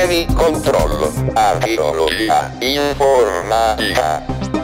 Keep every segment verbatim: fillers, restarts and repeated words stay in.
Sistemi controllo. Archeologia informatica.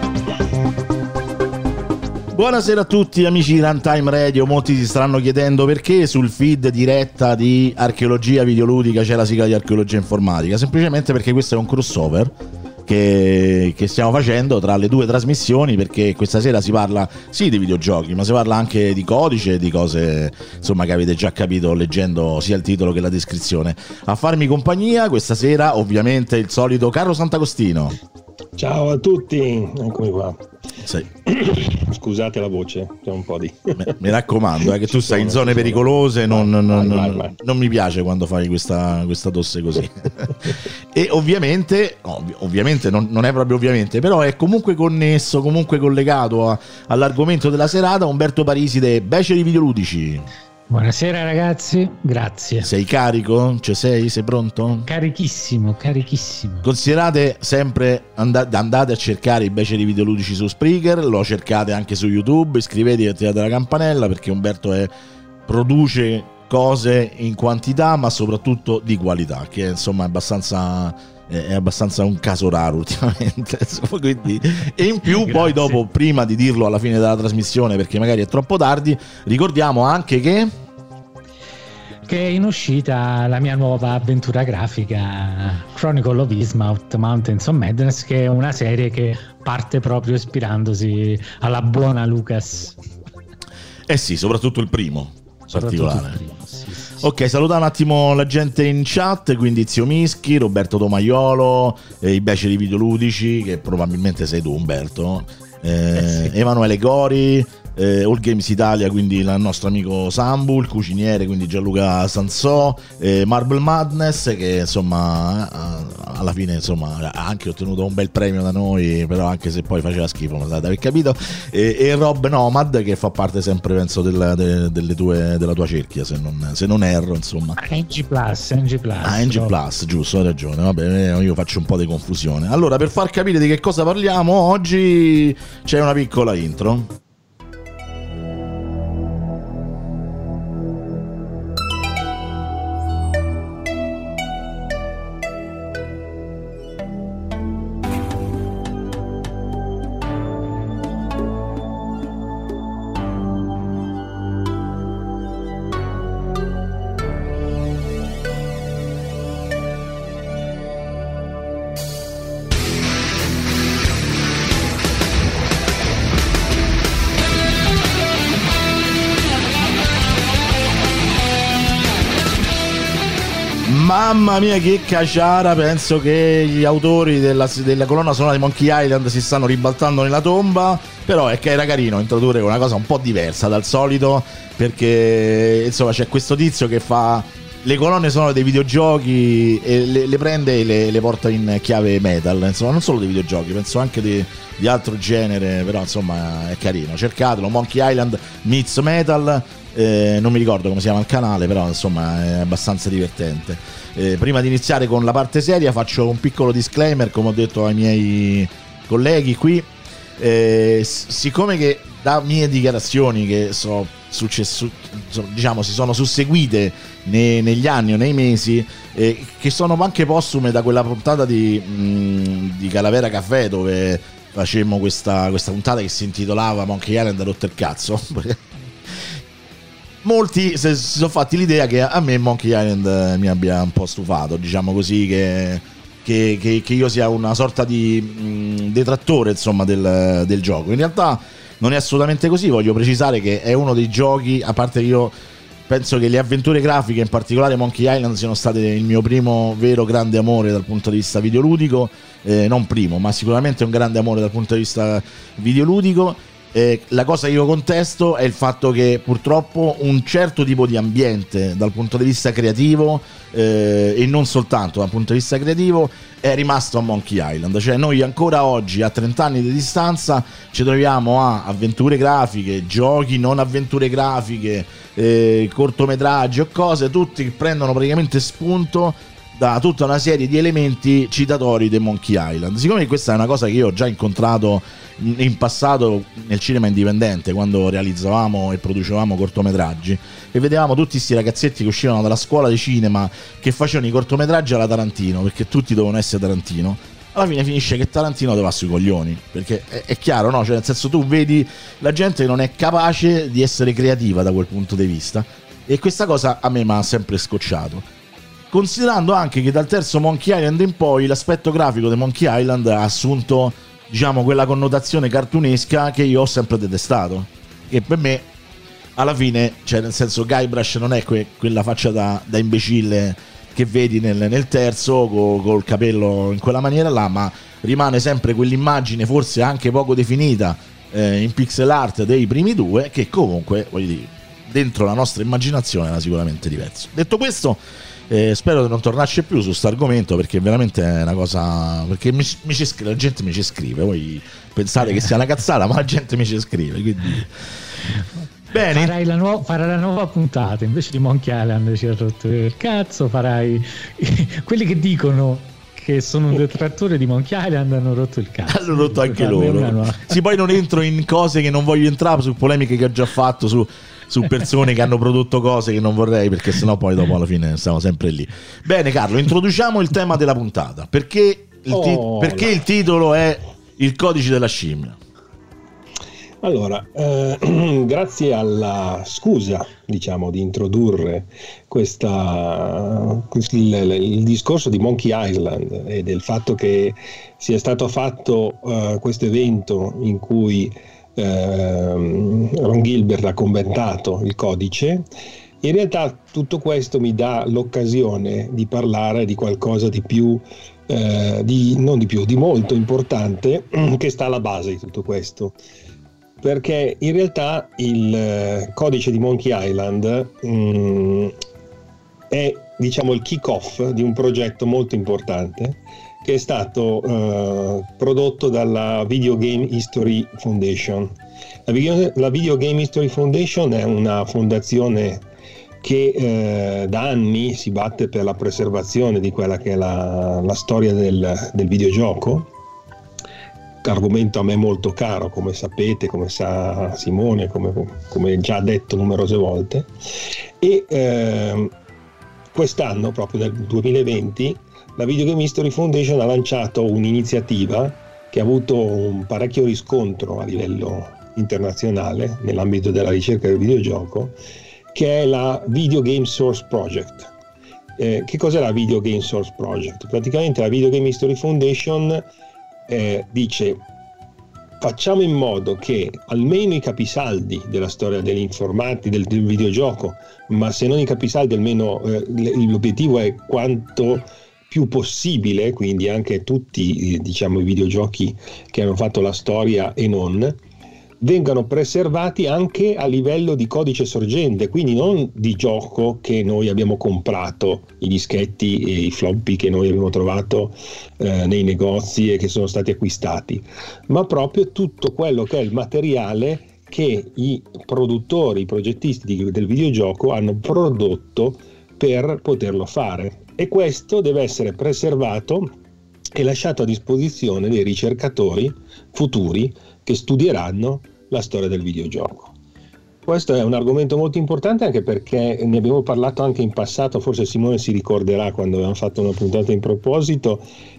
Buonasera a tutti amici di Runtime Radio. Molti si staranno chiedendo perché sul feed diretta di Archeologia Videoludica c'è la sigla di Archeologia Informatica. Semplicemente perché questo è un crossover che, che stiamo facendo tra le due trasmissioni, perché questa sera si parla sì di videogiochi, ma si parla anche di codice, di cose insomma che avete già capito leggendo sia il titolo che la descrizione. A farmi compagnia questa sera ovviamente il solito Carlo Sant'Agostino. Ciao a tutti, eccomi qua. Sì. Scusate la voce, c'è un po' di... Mi raccomando, eh, che tu stai in zone pericolose, non, non, non, non, non mi piace quando fai questa, questa tosse così. E ovviamente, ov- ovviamente non, non è proprio ovviamente, però è comunque connesso, comunque collegato a, all'argomento della serata, Umberto Parisi dei Beceri Videoludici. Buonasera ragazzi, grazie. Sei carico? Ci sei? Sei pronto? Carichissimo, carichissimo. Considerate sempre, and- andate a cercare i Beceri Videoludici su Spreaker, lo cercate anche su YouTube, iscrivetevi e attivate la campanella, perché Umberto è, produce cose in quantità ma soprattutto di qualità, che insomma è abbastanza... è abbastanza un caso raro ultimamente. Quindi, e in più Grazie. Poi dopo, prima di dirlo alla fine della trasmissione perché magari è troppo tardi, ricordiamo anche che che è in uscita la mia nuova avventura grafica Chronicle of Innsmouth Mountains of Madness, che è una serie che parte proprio ispirandosi alla buona Lucas. eh sì, soprattutto il primo Soprattutto particolare il primo, sì, sì, sì. Ok, saluta un attimo la gente in chat, quindi Zio Mischi, Roberto Tomaiolo, eh, i Beceri Videoludici, che probabilmente sei tu Umberto, eh, Eh sì. Emanuele Gori, eh, All Games Italia, quindi il nostro amico Sambu, il cuciniere, quindi Gianluca Sansò, eh, Marble Madness, che insomma eh, alla fine insomma ha anche ottenuto un bel premio da noi, però anche se poi faceva schifo, non l'avete capito, e, e Rob Nomad, che fa parte sempre penso del, de, delle tue, della tua cerchia, se non, se non erro insomma. N G Plus, N G Plus. Ah, N G Plus, giusto, hai ragione. Vabbè, io faccio un po' di confusione. Allora, per far capire di che cosa parliamo oggi, c'è una piccola intro. Mamma mia che caciara, penso che gli autori della, della colonna sonora di Monkey Island si stanno ribaltando nella tomba, però è che era carino introdurre una cosa un po' diversa dal solito, perché insomma c'è questo tizio che fa le colonne sonore dei videogiochi e le, le prende e le, le porta in chiave metal, insomma non solo dei videogiochi, penso anche di, di altro genere, però insomma è carino, cercatelo, Monkey Island meets metal. Eh, non mi ricordo come si chiama il canale, però insomma è abbastanza divertente. Eh, prima di iniziare con la parte seria faccio un piccolo disclaimer, come ho detto ai miei colleghi qui, eh, siccome che da mie dichiarazioni che so, successo, diciamo si sono susseguite ne, negli anni o nei mesi, eh, che sono anche postume da quella puntata di, mh, di Calavera Caffè, dove facemmo questa, questa puntata che si intitolava Monkey Island ha rotto il cazzo. Molti si sono fatti l'idea che a me Monkey Island mi abbia un po' stufato, diciamo così, che, che, che, che io sia una sorta di mh, detrattore insomma del, del gioco. In realtà non è assolutamente così, voglio precisare che è uno dei giochi, a parte che io penso che le avventure grafiche, in particolare Monkey Island, siano state il mio primo vero grande amore dal punto di vista videoludico, eh, non primo, ma sicuramente un grande amore dal punto di vista videoludico. Eh, la cosa che io contesto è il fatto che purtroppo un certo tipo di ambiente dal punto di vista creativo, eh, e non soltanto dal punto di vista creativo, è rimasto a Monkey Island. Cioè noi ancora oggi, a trenta anni di distanza, ci troviamo a avventure grafiche, giochi non avventure grafiche, eh, cortometraggi o cose, tutti che prendono praticamente spunto da tutta una serie di elementi citatori dei Monkey Island. Siccome questa è una cosa che io ho già incontrato in passato nel cinema indipendente, quando realizzavamo e producevamo cortometraggi e vedevamo tutti questi ragazzetti che uscivano dalla scuola di cinema che facevano i cortometraggi alla Tarantino, perché tutti dovevano essere Tarantino, alla fine finisce che Tarantino te va sui coglioni, perché è, è chiaro, no? Cioè, nel senso, tu vedi la gente che non è capace di essere creativa da quel punto di vista, e questa cosa a me mi ha sempre scocciato, considerando anche che dal terzo Monkey Island in poi l'aspetto grafico di Monkey Island ha assunto, diciamo, quella connotazione cartunesca che io ho sempre detestato, che per me alla fine, cioè nel senso, Guybrush non è que- quella faccia da, da imbecille che vedi nel, nel terzo co- col capello in quella maniera là, ma rimane sempre quell'immagine forse anche poco definita eh, in pixel art dei primi due, che comunque, voglio dire, dentro la nostra immaginazione era sicuramente diverso. Detto questo, Eh, spero di non tornarci più su questo argomento, perché veramente è una cosa, perché mi, mi ci scrive, la gente mi ci scrive, voi pensate che sia una cazzata, ma la gente mi ci scrive, quindi bene. Farai la, nuova, farai la nuova puntata, invece di Monkey Island ci ha rotto il cazzo, farai quelli che dicono che sono un detrattore di Monkey Island hanno rotto il cazzo. Hanno rotto anche loro. Sì, poi non entro in cose che non voglio entrare, su polemiche che ho già fatto su su persone che hanno prodotto cose che non vorrei, perché sennò poi dopo alla fine stiamo sempre lì. Bene Carlo, introduciamo il tema della puntata. Perché il, ti- oh, perché il titolo è Il codice della scimmia? Allora, eh, grazie alla scusa, diciamo, di introdurre questa, il, il discorso di Monkey Island e del fatto che sia stato fatto uh, questo evento in cui Uh, Ron Gilbert ha commentato il codice, in realtà tutto questo mi dà l'occasione di parlare di qualcosa di più, uh, di, non di più, di molto importante, che sta alla base di tutto questo, perché in realtà il uh, codice di Monkey Island um, è, diciamo, il kick-off di un progetto molto importante che è stato uh, prodotto dalla Video Game History Foundation. La Video, la Video Game History Foundation è una fondazione che uh, da anni si batte per la preservazione di quella che è la, la storia del, del videogioco, argomento a me molto caro, come sapete, come sa Simone, come, come già detto numerose volte, e uh, quest'anno, proprio nel duemilaventi, la Video Game History Foundation ha lanciato un'iniziativa che ha avuto un parecchio riscontro a livello internazionale nell'ambito della ricerca del videogioco, che è la Video Game Source Project. Eh, che cos'è la Video Game Source Project? Praticamente la Video Game History Foundation eh, dice: facciamo in modo che almeno i capisaldi della storia dell'informatica, del, del videogioco, ma se non i capisaldi almeno eh, l'obiettivo è quanto più possibile, quindi anche tutti, diciamo, i videogiochi che hanno fatto la storia e non, vengano preservati anche a livello di codice sorgente, quindi non di gioco che noi abbiamo comprato, i dischetti e i floppy che noi abbiamo trovato eh, nei negozi e che sono stati acquistati, ma proprio tutto quello che è il materiale che i produttori, i progettisti di, del videogioco hanno prodotto per poterlo fare. E questo deve essere preservato e lasciato a disposizione dei ricercatori futuri che studieranno la storia del videogioco. Questo è un argomento molto importante, anche perché ne abbiamo parlato anche in passato, forse Simone si ricorderà quando avevamo fatto una puntata in proposito,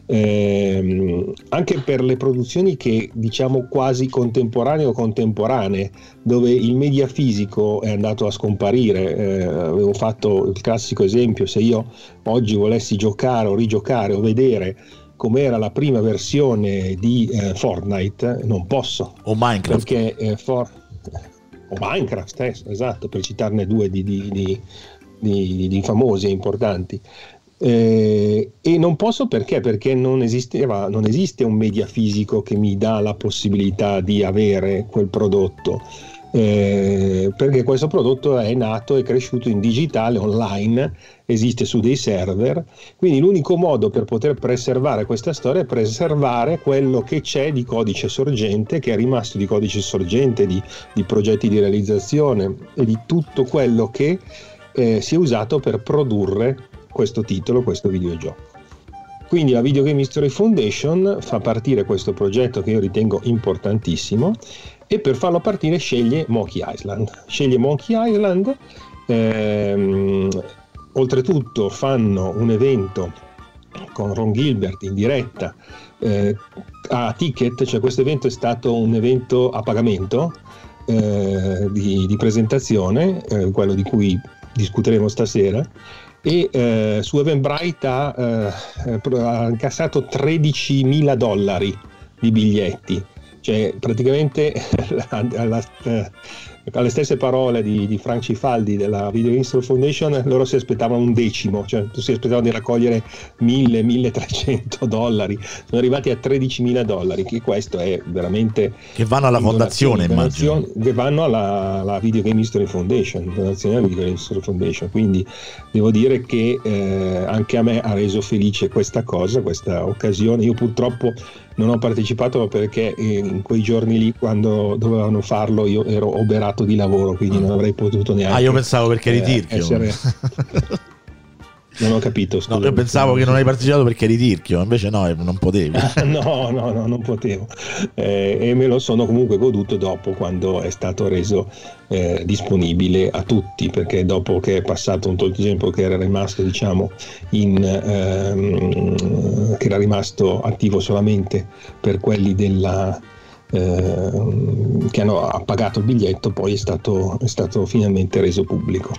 ehm, anche per le produzioni che, diciamo, quasi contemporanee o contemporanee, dove il media fisico è andato a scomparire. Eh, avevo fatto il classico esempio: se io oggi volessi giocare o rigiocare o vedere com'era la prima versione di eh, Fortnite, non posso. O Minecraft. Perché eh, for- o Minecraft stesso, esatto, per citarne due di, di, di, di, di famosi e importanti. Eh, e non posso perché? Perché non esisteva, non esiste un media fisico che mi dà la possibilità di avere quel prodotto. Eh, perché questo prodotto è nato e cresciuto in digitale, online, esiste su dei server, quindi l'unico modo per poter preservare questa storia è preservare quello che c'è di codice sorgente, che è rimasto di codice sorgente, di, di progetti di realizzazione e di tutto quello che eh, si è usato per produrre questo titolo, questo videogioco. Quindi la Video Game History Foundation fa partire questo progetto che io ritengo importantissimo, e per farlo partire sceglie Monkey Island. Sceglie Monkey Island, ehm, oltretutto fanno un evento con Ron Gilbert in diretta eh, a ticket, cioè questo evento è stato un evento a pagamento eh, di, di presentazione, eh, quello di cui discuteremo stasera, e eh, su Eventbrite ha, eh, ha incassato tredicimila dollari di biglietti, cioè praticamente alla, eh, alle stesse parole di, di Frank Cifaldi della Video Game History Foundation, loro si aspettavano un decimo, cioè si aspettavano di raccogliere mille milletrecento dollari, sono arrivati a tredicimila dollari, che questo è veramente, che vanno alla fondazione, immagino, che vanno alla, alla Video Game History Foundation, donazione alla Video Game History Foundation. Quindi devo dire che eh, anche a me ha reso felice questa cosa, questa occasione. Io purtroppo non ho partecipato perché in quei giorni lì, quando dovevano farlo, io ero oberato di lavoro, quindi non avrei potuto neanche. Ah, io pensavo perché eri tirchio. Essere... Non ho capito, scusa. No, io pensavo che non hai partecipato perché eri tirchio, invece no, non potevi. no, no, no, non potevo. Eh, e me lo sono comunque goduto dopo, quando è stato reso eh, disponibile a tutti, perché dopo che è passato un tot di tempo, che era rimasto, diciamo, in, ehm, che era rimasto attivo solamente per quelli della eh, che hanno pagato il biglietto, poi è stato, è stato finalmente reso pubblico.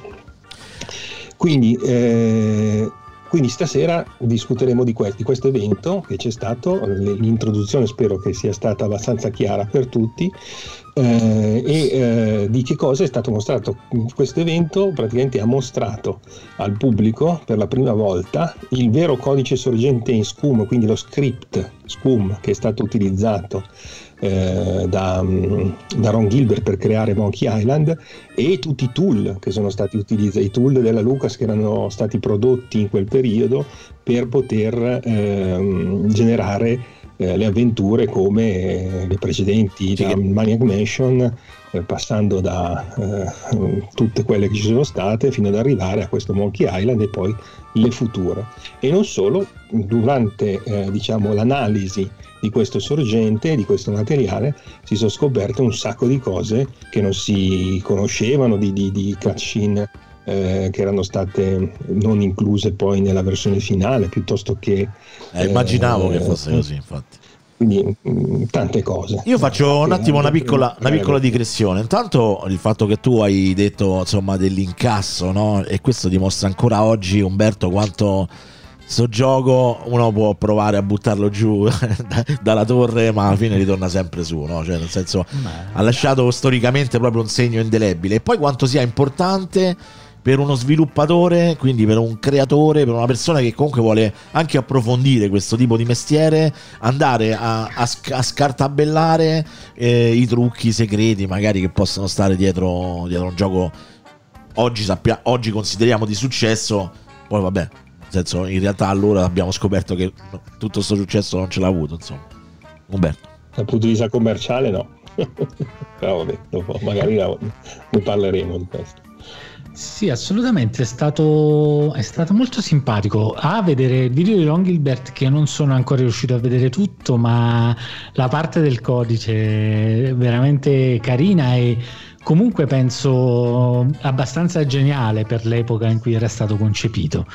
Quindi, eh, quindi stasera discuteremo di, que- di questo evento che c'è stato. L'introduzione spero che sia stata abbastanza chiara per tutti, eh, e eh, di che cosa è stato mostrato. Questo evento praticamente ha mostrato al pubblico per la prima volta il vero codice sorgente in Scum, quindi lo script Scum che è stato utilizzato Eh, da, da Ron Gilbert per creare Monkey Island, e tutti i tool che sono stati utilizzati, i tool della Lucas che erano stati prodotti in quel periodo per poter eh, generare eh, le avventure come eh, le precedenti, da Maniac Mansion, eh, passando da eh, tutte quelle che ci sono state fino ad arrivare a questo Monkey Island e poi le future. E non solo, durante eh, diciamo l'analisi di questo sorgente, di questo materiale, si sono scoperte un sacco di cose che non si conoscevano, di, di, di cutscene eh, che erano state non incluse poi nella versione finale, piuttosto che eh, immaginavo eh, che fosse così, infatti. Quindi mh, tante cose. Io faccio un attimo una piccola, una piccola digressione. Intanto il fatto che tu hai detto, insomma, dell'incasso, no? E questo dimostra ancora oggi, Umberto, quanto sto gioco uno può provare a buttarlo giù dalla torre, ma alla fine ritorna sempre su, no? Cioè, nel senso, ha lasciato storicamente proprio un segno indelebile. E poi quanto sia importante per uno sviluppatore, quindi per un creatore, per una persona che comunque vuole anche approfondire questo tipo di mestiere, andare a, a, a scartabellare eh, i trucchi segreti magari che possono stare dietro, dietro un gioco oggi, sappia, oggi consideriamo di successo. Poi vabbè, nel senso, in realtà allora abbiamo scoperto che tutto questo successo non ce l'ha avuto, insomma. Umberto. Dal punto di vista commerciale no. Però vabbè, dopo magari ne parleremo di questo. Sì, assolutamente, è stato, è stato molto simpatico a vedere il video di Ron Gilbert, che non sono ancora riuscito a vedere tutto, ma la parte del codice è veramente carina e comunque penso abbastanza geniale per l'epoca in cui era stato concepito.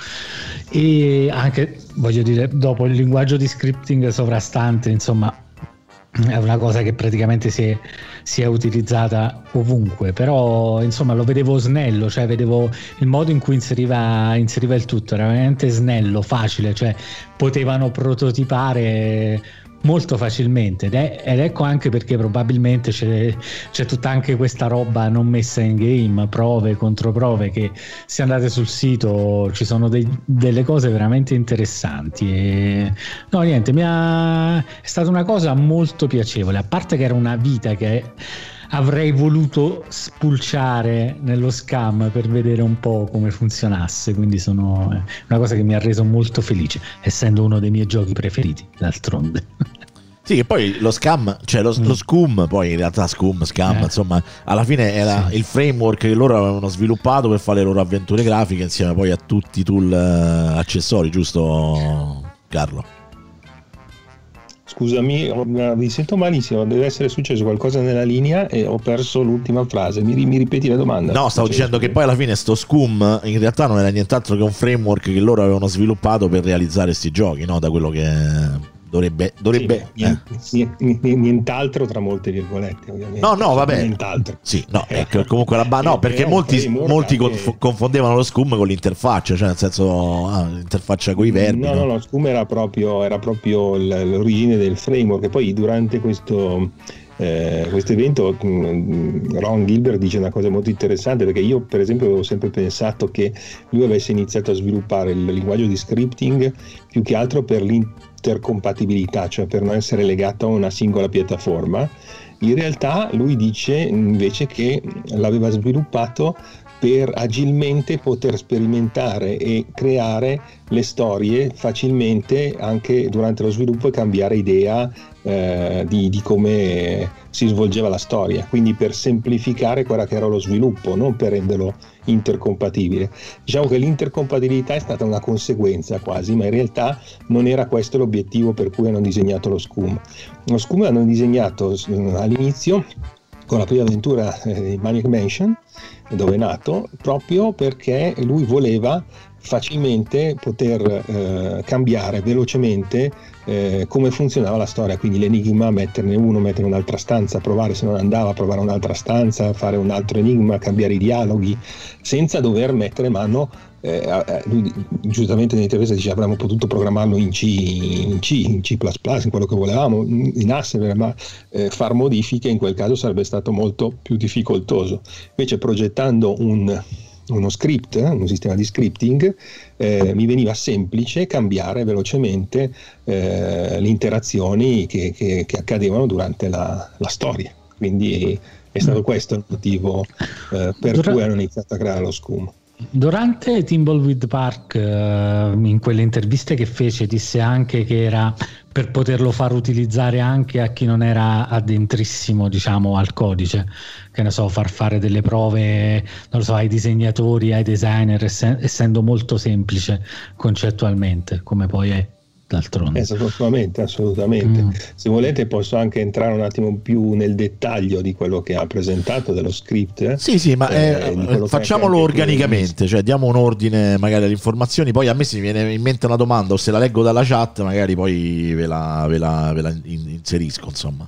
E anche, voglio dire, dopo il linguaggio di scripting sovrastante, insomma, è una cosa che praticamente si è, si è utilizzata ovunque, però insomma lo vedevo snello, cioè vedevo il modo in cui inseriva, inseriva il tutto, era veramente snello, facile, cioè potevano prototipare molto facilmente ed, è, ed ecco anche perché probabilmente c'è, c'è tutta anche questa roba non messa in game, prove, controprove, che se andate sul sito ci sono dei, delle cose veramente interessanti e no niente, mi ha, è stata una cosa molto piacevole, a parte che era una vita che avrei voluto spulciare nello scam per vedere un po' come funzionasse, quindi sono una cosa che mi ha reso molto felice, essendo uno dei miei giochi preferiti, d'altronde. Sì, che poi lo scam, cioè lo, mm. lo scum, poi in realtà scum, scam, eh. insomma, alla fine era sì. il framework che loro avevano sviluppato per fare le loro avventure grafiche insieme poi a tutti i tool uh, accessori, giusto Carlo? Scusami, vi sento malissimo, deve essere successo qualcosa nella linea e ho perso l'ultima frase. Mi, mi ripeti la domanda? No, stavo dicendo scusami. Che poi alla fine sto scum in realtà non era nient'altro che un framework che loro avevano sviluppato per realizzare sti giochi, no? Da quello che dovrebbe dovrebbe sì, eh. nient'altro tra molte virgolette, ovviamente. No, no, vabbè. Nient'altro. Sì, no, ecco, comunque la ba- no, perché molti, molti conf- confondevano lo scum con l'interfaccia, cioè nel senso ah, l'interfaccia con i verbi. No, no, no, lo scum era proprio era proprio l'origine del framework e poi durante questo Eh, questo evento Ron Gilbert dice una cosa molto interessante, perché io per esempio avevo sempre pensato che lui avesse iniziato a sviluppare il linguaggio di scripting più che altro per l'intercompatibilità, cioè per non essere legato a una singola piattaforma. In realtà lui dice invece che l'aveva sviluppato per agilmente poter sperimentare e creare le storie facilmente anche durante lo sviluppo e cambiare idea eh, di, di come si svolgeva la storia, quindi per semplificare quello che era lo sviluppo, non per renderlo intercompatibile. Diciamo che l'intercompatibilità è stata una conseguenza quasi, ma in realtà non era questo l'obiettivo per cui hanno disegnato lo scum. Lo scum l'hanno disegnato all'inizio con la prima avventura di Maniac Mansion, dove è nato, proprio perché lui voleva facilmente poter eh, cambiare velocemente eh, come funzionava la storia, quindi l'enigma, metterne uno, mettere un'altra stanza, provare se non andava, provare un'altra stanza, fare un altro enigma, cambiare i dialoghi, senza dover mettere mano. Eh, lui giustamente nell'intervista dice avremmo potuto programmarlo in C, in C, in C plus plus, in quello che volevamo, in Assembler, ma eh, far modifiche in quel caso sarebbe stato molto più difficoltoso. Invece progettando un uno script, un sistema di scripting, eh, mi veniva semplice cambiare velocemente eh, le interazioni che, che, che accadevano durante la, la storia. Quindi è stato questo il motivo eh, per Dura- cui hanno iniziato a creare lo scum. Durante Thimbleweed Park, eh, in quelle interviste che fece, disse anche che era per poterlo far utilizzare anche a chi non era addentrissimo, diciamo, al codice, che ne so, far fare delle prove, non lo so, ai disegnatori, ai designer, ess- essendo molto semplice concettualmente, come poi è. D'altronde. Assolutamente, assolutamente. Mm. Se volete posso anche entrare un attimo più nel dettaglio di quello che ha presentato dello script. Eh? Sì, sì, ma eh, eh, facciamolo organicamente, cioè diamo un ordine magari alle informazioni, poi a me si viene in mente una domanda o se la leggo dalla chat magari poi ve la, ve la, ve la inserisco, insomma.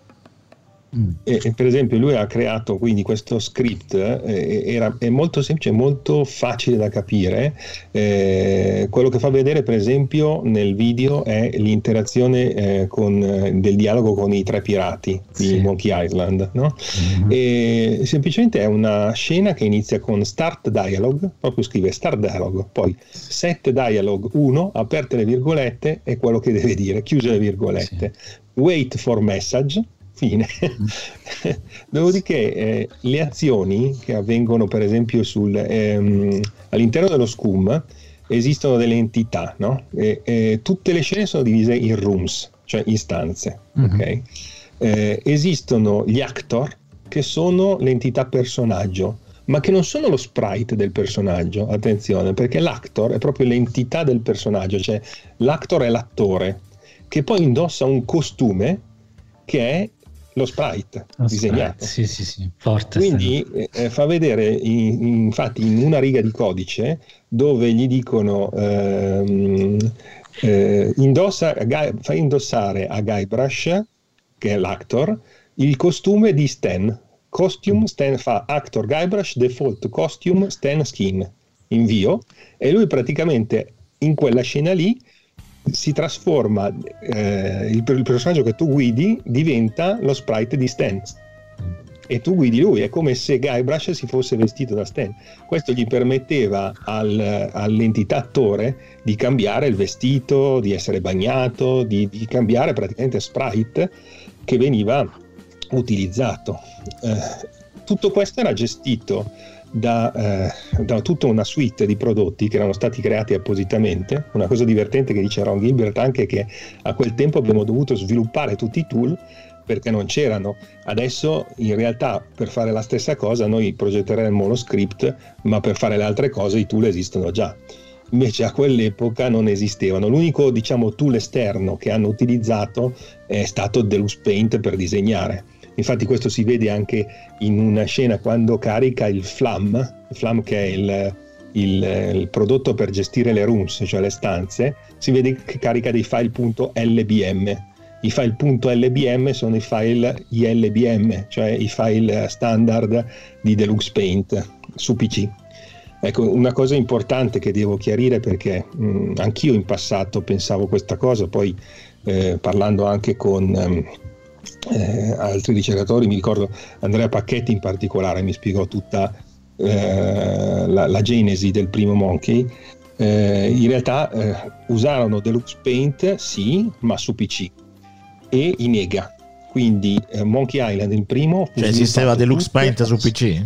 Mm. E, e per esempio lui ha creato quindi questo script, eh, era, è molto semplice, molto facile da capire. Eh, quello che fa vedere per esempio nel video è l'interazione eh, con, eh, del dialogo con i tre pirati di sì. Monkey Island, no? Mm-hmm. E semplicemente è una scena che inizia con start dialogue, proprio scrive start dialogue, poi set dialogue uno, aperte le virgolette, è quello che deve dire, chiuse le virgolette, sì. Wait for message, fine. Dopodiché eh, le azioni che avvengono per esempio sul, ehm, all'interno dello scum esistono delle entità, no? E, e tutte le scene sono divise in rooms, cioè in stanze. Mm-hmm. Okay? Eh, esistono gli actor, che sono l'entità personaggio, ma che non sono lo sprite del personaggio, attenzione, perché l'actor è proprio l'entità del personaggio, cioè l'actor è l'attore che poi indossa un costume che è lo sprite lo disegnato. Sprite, sì, sì, sì. Forte. Quindi eh, fa vedere in, infatti in una riga di codice dove gli dicono ehm, eh, indossa, fa indossare a Guybrush, che è l'actor, il costume di Stan. Costume Stan fa actor Guybrush, default costume Stan Skin, invio, e lui praticamente in quella scena lì si trasforma, eh, il, il personaggio che tu guidi diventa lo sprite di Stan e tu guidi lui, è come se Guybrush si fosse vestito da Stan. Questo gli permetteva al, all'entità attore di cambiare il vestito, di essere bagnato, di, di cambiare praticamente sprite che veniva utilizzato. Eh, tutto questo era gestito da, eh, da tutta una suite di prodotti che erano stati creati appositamente. Una cosa divertente che dice Ron Gilbert anche è che a quel tempo abbiamo dovuto sviluppare tutti i tool perché non c'erano. Adesso in realtà per fare la stessa cosa noi progetteremmo lo script, ma per fare le altre cose i tool esistono già. Invece a quell'epoca non esistevano. L'unico, diciamo, tool esterno che hanno utilizzato è stato Deluxe Paint per disegnare. Infatti questo si vede anche in una scena quando carica il Flam, il Flam che è il, il, il prodotto per gestire le rooms, cioè le stanze, si vede che carica dei file .lbm. I file .lbm sono i file I L B M, cioè i file standard di Deluxe Paint su P C. Ecco, una cosa importante che devo chiarire, perché mh, anch'io in passato pensavo questa cosa, poi eh, parlando anche con um, eh, altri ricercatori, mi ricordo Andrea Pacchetti in particolare mi spiegò tutta eh, la, la genesi del primo Monkey. Eh, in realtà eh, usarono Deluxe Paint, sì, ma su P C e in E G A. Quindi eh, Monkey Island il primo, cioè esisteva Deluxe Paint su P C?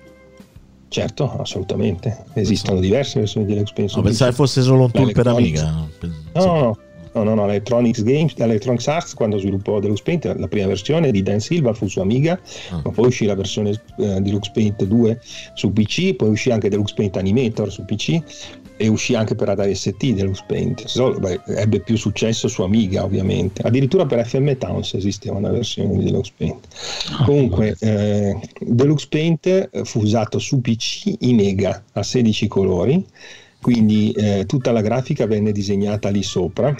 Certo, assolutamente. Esistono diverse versioni di Deluxe Paint su no, P C. pensavo fosse solo un tool per Amiga. No, no, no. No, no, no, Electronics Games, Electronics Arts quando sviluppò Deluxe Paint, la prima versione di Dan Silva fu su Amiga, ah. ma poi uscì la versione eh, Deluxe Paint due su P C, poi uscì anche Deluxe Paint Animator su P C e uscì anche per Atari S T Deluxe Paint. So, beh, ebbe più successo su Amiga ovviamente, addirittura per F M Towns esisteva una versione di Deluxe Paint. Ah, comunque eh, Deluxe Paint fu usato su P C in E G A a sedici colori, quindi eh, tutta la grafica venne disegnata lì sopra.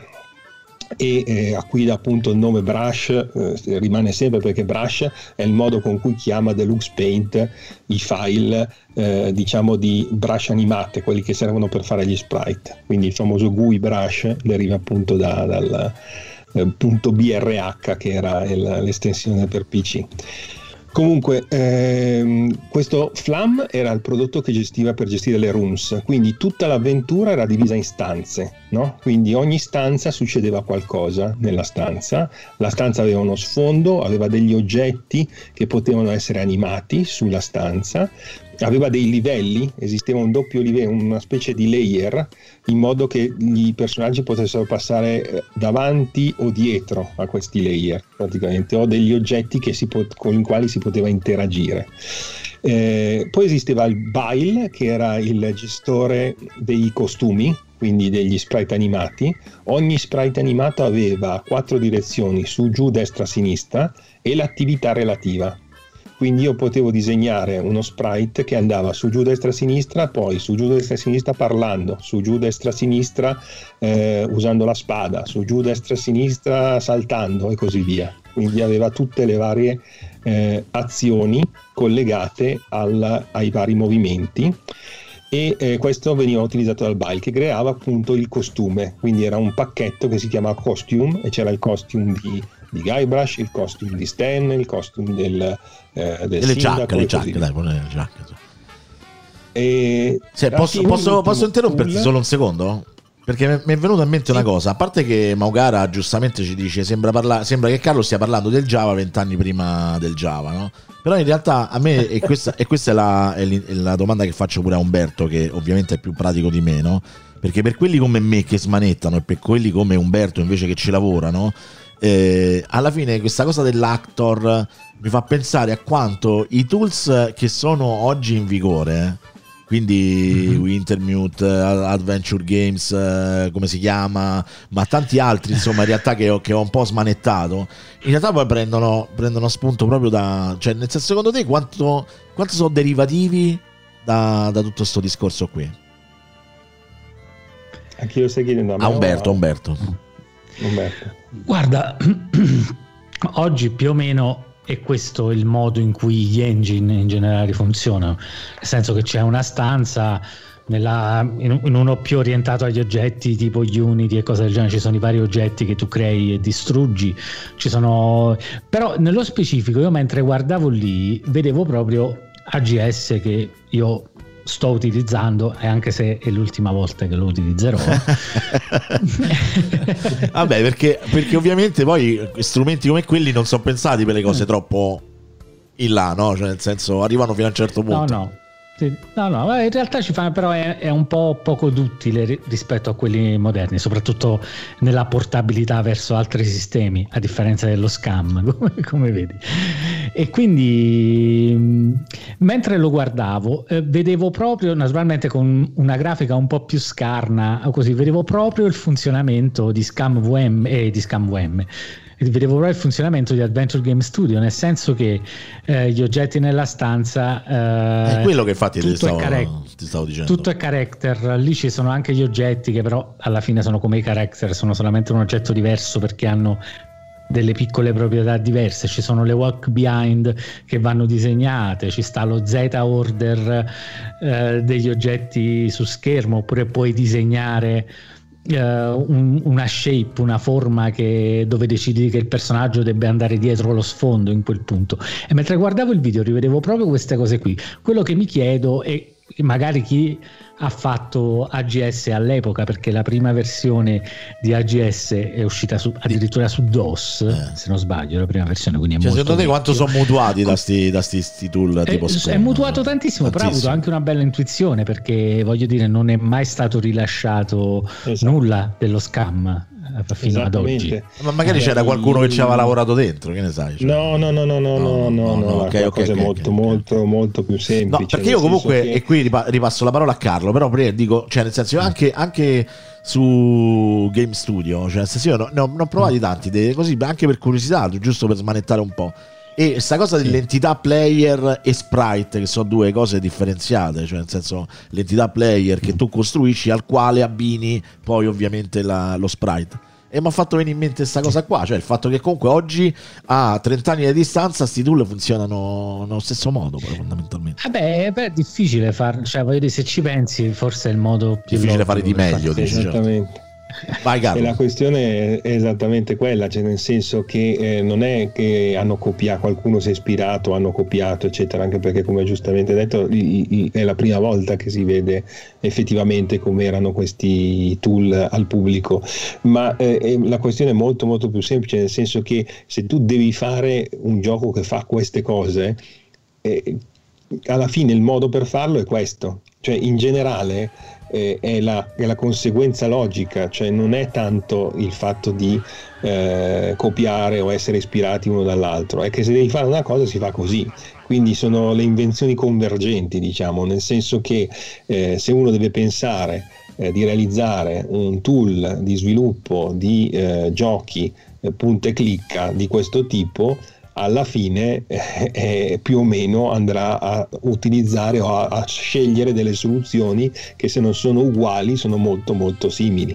E eh, a cui appunto il nome Brush eh, rimane sempre, perché Brush è il modo con cui chiama Deluxe Paint i file eh, diciamo di brush animate, quelli che servono per fare gli sprite, quindi il famoso G U I Brush deriva appunto da, dal eh, punto B R H che era il, l'estensione per P C. Comunque ehm, questo Flam era il prodotto che gestiva per gestire le rooms, quindi tutta l'avventura era divisa in stanze, no? Quindi ogni stanza succedeva qualcosa nella stanza, la stanza aveva uno sfondo, aveva degli oggetti che potevano essere animati sulla stanza, aveva dei livelli, esisteva un doppio livello, una specie di layer, in modo che i personaggi potessero passare davanti o dietro a questi layer, praticamente, o degli oggetti che si pot- con i quali si poteva interagire. Eh, poi esisteva il Bile, che era il gestore dei costumi, quindi degli sprite animati. Ogni sprite animato aveva quattro direzioni, su, giù, destra, sinistra, e l'attività relativa. Quindi io potevo disegnare uno sprite che andava su, giù, destra, sinistra, poi su, giù, destra, sinistra parlando, su, giù, destra, sinistra eh, usando la spada, su, giù, destra, sinistra saltando e così via. Quindi aveva tutte le varie eh, azioni collegate al, ai vari movimenti, e eh, questo veniva utilizzato dal Bile, che creava appunto il costume. Quindi era un pacchetto che si chiama costume, e c'era il costume di di Guybrush, il costume di Stan, il costume del, eh, del le sindaco, giacche, le giacche, dai, le giacche. E sì, posso, posso, posso interromperti tool? Solo un secondo? Perché mi è venuta in mente sì. una cosa, a parte che Maugara giustamente ci dice sembra, parla- sembra che Carlo stia parlando del Java vent'anni prima del Java, no? Però in realtà a me, e questa, e questa è, la, è la domanda che faccio pure a Umberto, che ovviamente è più pratico di me, no? Perché per quelli come me che smanettano e per quelli come Umberto invece che ci lavorano, Eh, alla fine questa cosa dell'actor mi fa pensare a quanto i tools che sono oggi in vigore, quindi mm-hmm. Wintermute, Adventure Games, eh, come si chiama, ma tanti altri insomma in realtà che ho, che ho un po' smanettato, in realtà poi prendono, prendono spunto proprio da, cioè nel senso, secondo te quanto, quanto sono derivativi da, da tutto sto discorso qui? Anche io stai chiedendo a me, a Umberto, a... Umberto. Umberto. Guarda, oggi più o meno è questo il modo in cui gli engine in generale funzionano, nel senso che c'è una stanza nella, in, in uno più orientato agli oggetti tipo Unity e cose del genere, ci sono i vari oggetti che tu crei e distruggi, ci sono, però nello specifico io mentre guardavo lì vedevo proprio A G S che io sto utilizzando, e anche se è l'ultima volta che lo utilizzerò. Vabbè, perché, perché ovviamente poi strumenti come quelli non sono pensati per le cose troppo in là, no? Cioè, nel senso, arrivano fino a un certo punto. No, no. No, no, in realtà ci fa, però è, è un po' poco duttile rispetto a quelli moderni, soprattutto nella portabilità verso altri sistemi, a differenza dello SCAM, come, come vedi. E quindi mentre lo guardavo, eh, vedevo proprio, naturalmente con una grafica un po' più scarna, così, vedevo proprio il funzionamento di ScamVM e eh, di ScamVM. Vedevo proprio il funzionamento di Adventure Game Studio, nel senso che eh, gli oggetti nella stanza eh, è quello che infatti tutto ti stavo, è charac- ti stavo dicendo. Tutto è character, lì ci sono anche gli oggetti che però alla fine sono come i character, sono solamente un oggetto diverso perché hanno delle piccole proprietà diverse. Ci sono le walk behind che vanno disegnate, ci sta lo Z order eh, degli oggetti su schermo, oppure puoi disegnare Uh, un, una shape, una forma che, dove decidi che il personaggio debba andare dietro lo sfondo in quel punto. E mentre guardavo il video rivedevo proprio queste cose qui. Quello che mi chiedo è, magari chi ha fatto A G S all'epoca, perché la prima versione di A G S è uscita su, addirittura su DOS, eh. se non sbaglio, la prima versione, quindi è cioè, molto secondo te quanto vecchio. sono mutuati da sti, da sti, sti tool è, tipo è mutuato tantissimo, tantissimo, però ha avuto anche una bella intuizione, perché voglio dire non è mai stato rilasciato esatto. nulla dello SCAM fino ad oggi. Ma magari eh, c'era qualcuno che ci aveva lavorato dentro, che ne sai? Cioè... No, no, no, no, no, no, no, no, no, okay, okay, okay, molto, okay, molto, okay. molto più semplice. No, perché io comunque, che... e qui ripasso la parola a Carlo, però dico, cioè nel senso, io anche, anche su Game Studio, cioè nel senso io ne ho, ne ho provati tanti, de, così anche per curiosità, giusto per smanettare un po'. E sta cosa sì. dell'entità player e sprite, che sono due cose differenziate, cioè nel senso l'entità player che tu costruisci al quale abbini poi ovviamente la, lo sprite. E mi ha fatto venire in mente questa cosa qua, cioè il fatto che comunque oggi a trenta anni di distanza sti tool funzionano nello stesso modo, però, fondamentalmente. Vabbè, è difficile far, cioè voglio dire, se ci pensi forse è il modo più difficile fare di meglio, fare. Esattamente. Vai, e la questione è esattamente quella, cioè nel senso che eh, non è che hanno copiato, qualcuno si è ispirato, hanno copiato eccetera, anche perché come giustamente detto i, i, è la prima volta che si vede effettivamente come erano questi tool al pubblico, ma eh, la questione è molto molto più semplice, nel senso che se tu devi fare un gioco che fa queste cose, eh, alla fine il modo per farlo è questo, cioè in generale eh, è, la, è la conseguenza logica, cioè non è tanto il fatto di eh, copiare o essere ispirati uno dall'altro, è che se devi fare una cosa si fa così, quindi sono le invenzioni convergenti, diciamo, nel senso che eh, se uno deve pensare eh, di realizzare un tool di sviluppo di eh, giochi eh, punta e clicca di questo tipo, alla fine eh, eh, più o meno andrà a utilizzare o a, a scegliere delle soluzioni che, se non sono uguali, sono molto molto simili.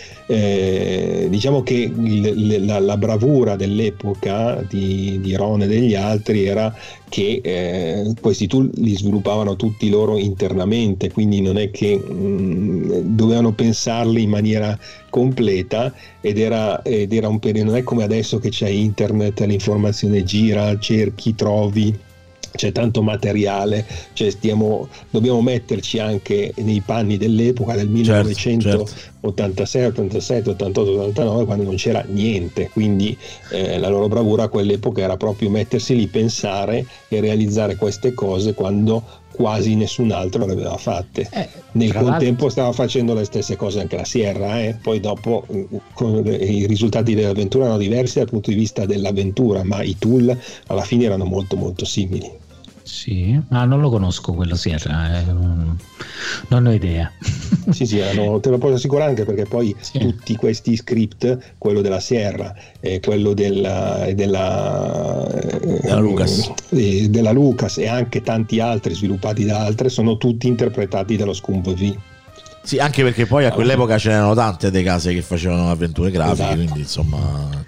Eh, diciamo che il, la, la bravura dell'epoca di, di Ron e degli altri era che eh, questi tool li sviluppavano tutti loro internamente, quindi non è che mh, dovevano pensarli in maniera completa, ed era, ed era un periodo, non è come adesso che c'è internet, l'informazione gira, cerchi, trovi, c'è tanto materiale, cioè stiamo, dobbiamo metterci anche nei panni dell'epoca del millenovecentottantasei, ottantasette, ottantotto, ottantanove, quando non c'era niente, quindi eh, la loro bravura a quell'epoca era proprio mettersi lì, pensare e realizzare queste cose quando quasi nessun altro le aveva fatte. Eh, Nel contempo stava facendo le stesse cose anche la Sierra, eh? Poi dopo con, i risultati dell'avventura erano diversi dal punto di vista dell'avventura, ma i tool alla fine erano molto molto simili. Sì, ma non lo conosco quello Sierra, eh, non, non ho idea. Sì, sì, erano, te lo posso assicurare, anche perché poi sì. tutti questi script, quello della Sierra, eh, quello della, della, della, eh, Lucas. Eh, della Lucas e anche tanti altri sviluppati da altre, sono tutti interpretati dallo ScumbV. Sì, anche perché poi a quell'epoca c'erano tante delle case che facevano avventure grafiche, esatto. Quindi insomma...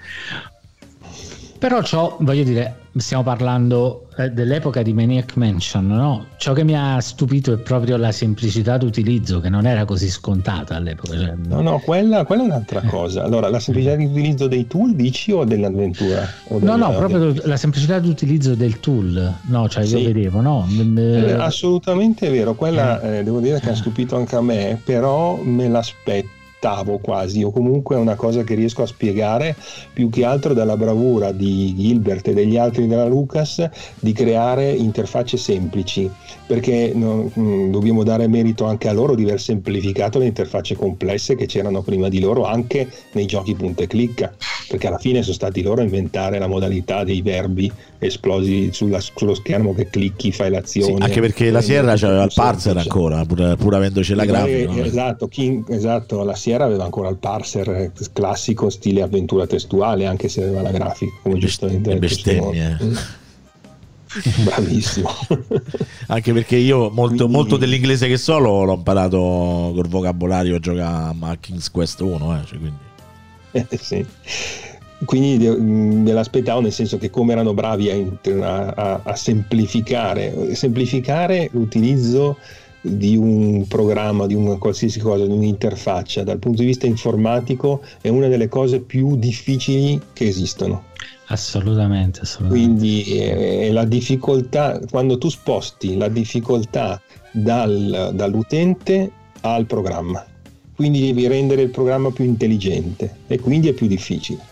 Però ciò, voglio dire, stiamo parlando eh, dell'epoca di Maniac Mansion, no? Ciò che mi ha stupito è proprio la semplicità d'utilizzo, che non era così scontata all'epoca. Cioè... No, no, quella, quella è un'altra eh. cosa. Allora, la semplicità di utilizzo dei tool, dici, o dell'avventura? O no, della... no, proprio la semplicità di utilizzo del tool. No, cioè sì. Io vedevo, no? Eh, assolutamente è vero, quella eh, devo dire che ha stupito anche a me, però me l'aspetto aspettavo quasi, o comunque è una cosa che riesco a spiegare più che altro dalla bravura di Gilbert e degli altri della Lucas di creare interfacce semplici, perché no, mh, dobbiamo dare merito anche a loro di aver semplificato le interfacce complesse che c'erano prima di loro anche nei giochi punta e clicca, perché alla fine sono stati loro a inventare la modalità dei verbi esplosi sulla, sullo schermo che clicchi, fai l'azione. Sì, anche perché la Sierra c'aveva il parser ancora, pur, pur avendoci la grafica. No? Esatto, King, esatto, la Sierra aveva ancora il parser classico stile avventura testuale, anche se aveva la grafica, come giustamente bestemmie. Bravissimo. Anche perché io molto, Quindi... molto dell'inglese che so l'ho, l'ho imparato col vocabolario a giocare a King's Quest uno, eh, cioè quindi. Eh, sì. Quindi me l'aspettavo, nel senso che come erano bravi a, a, a semplificare semplificare l'utilizzo di un programma, di una qualsiasi cosa, di un'interfaccia dal punto di vista informatico è una delle cose più difficili che esistono. Assolutamente, assolutamente. Quindi eh, la difficoltà, quando tu sposti la difficoltà dal, dall'utente al programma, quindi devi rendere il programma più intelligente e quindi è più difficile.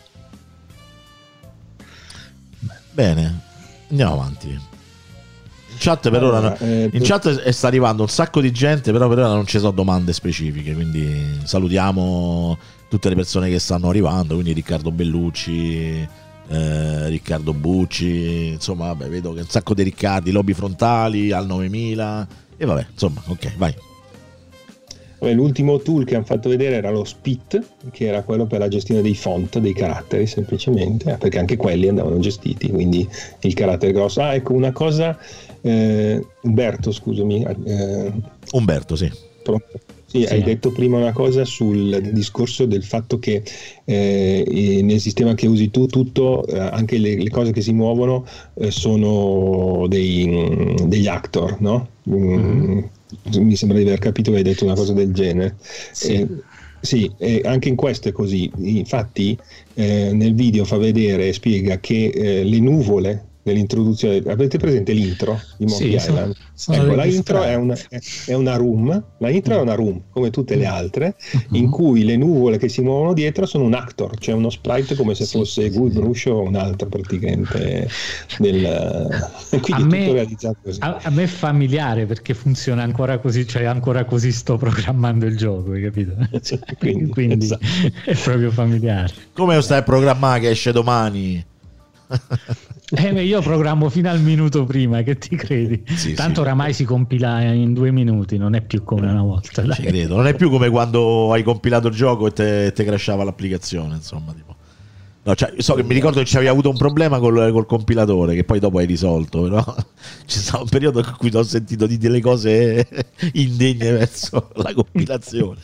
Bene, andiamo avanti. In chat per allora, ora eh, in chat sta arrivando un sacco di gente, però per ora non ci sono domande specifiche, quindi salutiamo tutte le persone che stanno arrivando, quindi Riccardo Bellucci, eh, Riccardo Bucci, insomma vabbè, vedo che un sacco di Riccardi, Lobby Frontali al novemila e vabbè, insomma, ok, vai. L'ultimo tool che hanno fatto vedere era lo Spit, che era quello per la gestione dei font, dei caratteri semplicemente, perché anche quelli andavano gestiti, quindi il carattere grosso. Ah, ecco una cosa, eh, Umberto, scusami. Eh, Umberto, sì. Sì, sì, hai detto prima una cosa sul discorso del fatto che eh, nel sistema che usi tu tutto, eh, anche le, le cose che si muovono eh, sono dei, degli actor, no? Mm-hmm. Mi sembra di aver capito che hai detto una cosa del genere. Sì, eh, sì, eh, anche in questo è così. Infatti eh, nel video fa vedere e spiega che eh, le nuvole nell'introduzione, avete presente l'intro di Monkey sì, Island? Sono, sono ecco, la intro è una, è una room, la intro è una room come tutte le altre, uh-huh. in cui le nuvole che si muovono dietro sono un actor, cioè uno sprite come se fosse sì, Guybrush o un altro praticamente del, quindi a me, tutto realizzato così. A, a me è familiare perché funziona ancora così, cioè ancora così sto programmando il gioco, hai capito? Cioè, quindi quindi esatto. È proprio familiare. Come lo stai a programmare che esce domani? Eh, io programmo fino al minuto prima, che ti credi? Sì, tanto sì. Oramai si compila in due minuti, non è più come una volta. Ci credo. Non è più come quando hai compilato il gioco e te, te crashava l'applicazione, insomma. Tipo. No, cioè, so che mi ricordo che c'avevi avuto un problema col, col compilatore che poi dopo hai risolto, però c'è stato un periodo in cui ti ho sentito dire delle cose indegne verso la compilazione.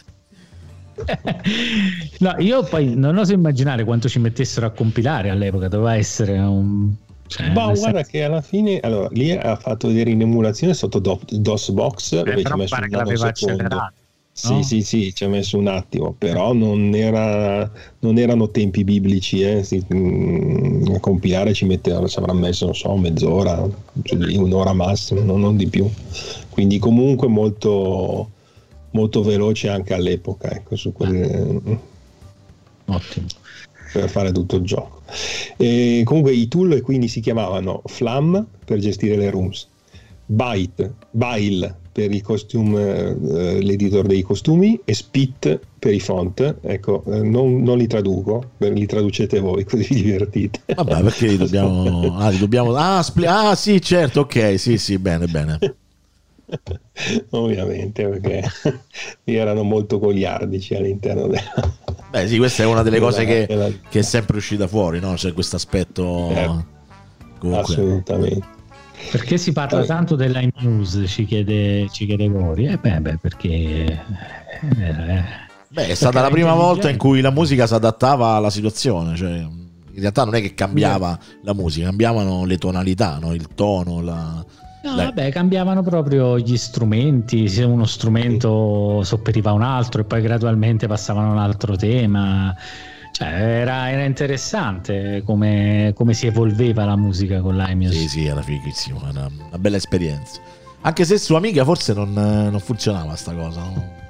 No, io poi non oso immaginare quanto ci mettessero a compilare all'epoca, doveva essere un... Cioè, ma guarda senso... che alla fine allora, lì ha fatto vedere in emulazione sotto DOSBox eh, dove ci ha messo un nanosecondo. Sì, no? sì, sì, ci ha messo un attimo, però non, era, non erano tempi biblici, eh. sì, mh, a compilare ci metteva, ci avrà messo, non so, mezz'ora, cioè, un'ora massimo, non, non di più. Quindi comunque molto... molto veloce anche all'epoca, ecco, su quelle... Ottimo, per fare tutto il gioco. E comunque i tool quindi si chiamavano Flam per gestire le rooms, Byte, Bile per i costume, eh, l'editor dei costumi, e Spit per i font. Ecco, eh, non, non li traduco, li traducete voi così vi divertite. Vabbè, perché li dobbiamo... Ah, li dobbiamo... Ah, spli... ah sì, certo, ok, sì, sì, bene, bene. Ovviamente, perché erano molto goliardici all'interno della... Beh sì, questa è una delle cose che, la... che è sempre uscita fuori, no? C'è questo aspetto eh, comunque... assolutamente. Perché si parla Poi... tanto della news, ci chiede, ci chiede Gori. Eh beh, beh perché eh, beh, è stata la prima volta in cui la musica si adattava alla situazione, cioè in realtà non è che cambiava sì. la musica, cambiavano le tonalità, no? Il tono, la No, Dai. vabbè, cambiavano proprio gli strumenti, se uno strumento sopperiva un altro e poi gradualmente passavano a un altro tema. Cioè, era, era interessante come, come si evolveva la musica con l'iMuse. Sì, sì, era fighissimo, era una bella esperienza. Anche se su Amiga forse non, non funzionava sta cosa, no?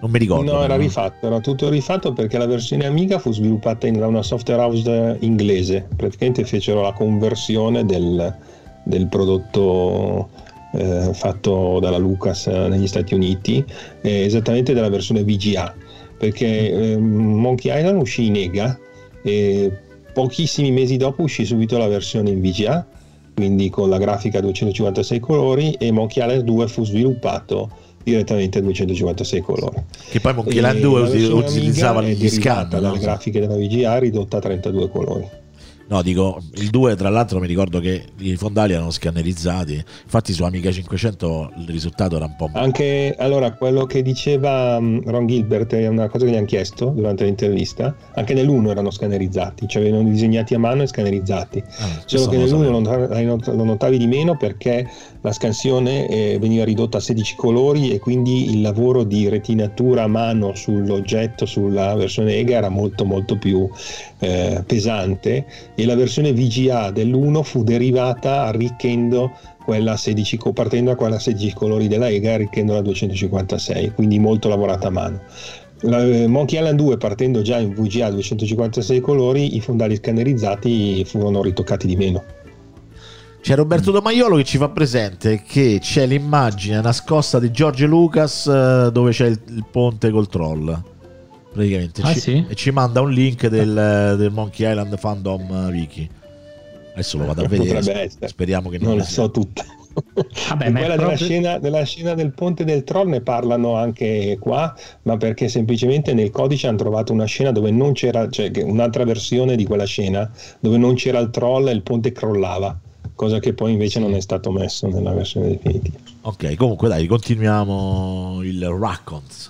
Non mi ricordo. No, era rifatto, era tutto rifatto perché la versione Amiga fu sviluppata in, da una software house inglese. Praticamente fecero la conversione del, del prodotto eh, fatto dalla Lucas negli Stati Uniti, eh, esattamente della versione V G A, perché eh, Monkey Island uscì in Ega e pochissimi mesi dopo uscì subito la versione in V G A, quindi con la grafica a duecentocinquantasei colori, e Monkey Island due fu sviluppato direttamente a duecentocinquantasei colori. Che poi Monkey Island due utilizzava gli scan, dalle no? grafiche della V G A ridotta a trentadue colori. No, dico, il due tra l'altro mi ricordo che i fondali erano scannerizzati, infatti su Amiga cinquecento il risultato era un po'... Anche, allora, quello che diceva um, Ron Gilbert è una cosa che gli hanno chiesto durante l'intervista, anche nell'uno erano scannerizzati, cioè venivano disegnati a mano e scannerizzati, ah, solo che nell'uno lo notavi di meno perché la scansione eh, veniva ridotta a sedici colori e quindi il lavoro di retinatura a mano sull'oggetto, sulla versione Ega era molto molto più eh, pesante, e la versione V G A dell'uno fu derivata arricchendo quella a sedici, partendo da quella a sedici colori della Ega, arricchendola a duecentocinquantasei, quindi molto lavorata a mano. La, eh, Monkey Island due, partendo già in V G A a duecentocinquantasei colori, i fondali scannerizzati furono ritoccati di meno. C'è Roberto Domaiolo che ci fa presente che c'è l'immagine nascosta di George Lucas dove c'è il, il ponte col troll praticamente, ah, ci, sì? e ci manda un link del, del Monkey Island Fandom Wiki. Adesso lo vado a vedere, sp- speriamo che non, non la sia. so tutta. Vabbè, ma quella proprio... della, scena, della scena del ponte del troll ne parlano anche qua, ma perché semplicemente nel codice hanno trovato una scena dove non c'era, cioè un'altra versione di quella scena dove non c'era il troll e il ponte crollava, cosa che poi invece non è stato messo nella versione definitiva. Ok, comunque dai, continuiamo il Rackons.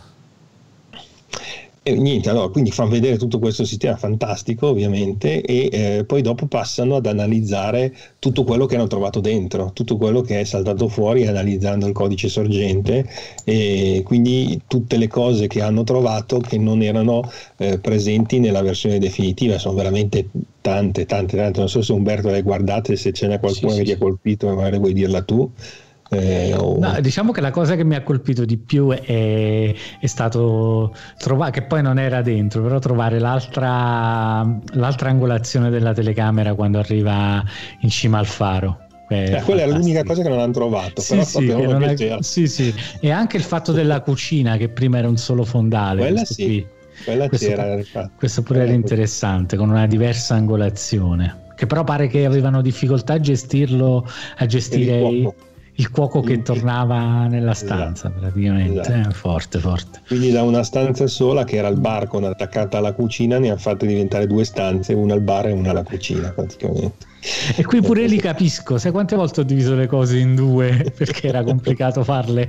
E niente, allora, quindi fanno vedere tutto questo sistema fantastico ovviamente, e eh, poi dopo passano ad analizzare tutto quello che hanno trovato dentro, tutto quello che è saltato fuori, analizzando il codice sorgente, e quindi tutte le cose che hanno trovato che non erano eh, presenti nella versione definitiva. Sono veramente tante, tante, tante. Non so se Umberto le hai guardate, se ce n'è qualcuna sì, che sì, ti ha colpito, magari vuoi dirla tu. Eh, oh. No, diciamo che la cosa che mi ha colpito di più è, è stato trovare, che poi non era dentro, però trovare l'altra, l'altra angolazione della telecamera quando arriva in cima al faro. Eh, quella è l'unica cosa che non hanno trovato, sì, però sì, che non che è, sì, sì. E anche il fatto della cucina, che prima era un solo fondale. Quella sì, qui. quella questo, c'era. Questo pure era interessante, con una diversa angolazione, che però pare che avevano difficoltà a gestirlo, a gestire il cuoco che tornava nella stanza, esatto, praticamente, esatto. Eh, forte forte. Quindi da una stanza sola, che era il bar con attaccata alla cucina, ne ha fatte diventare due stanze, una al bar e una alla cucina praticamente. E qui pure li capisco, sai quante volte ho diviso le cose in due perché era complicato farle.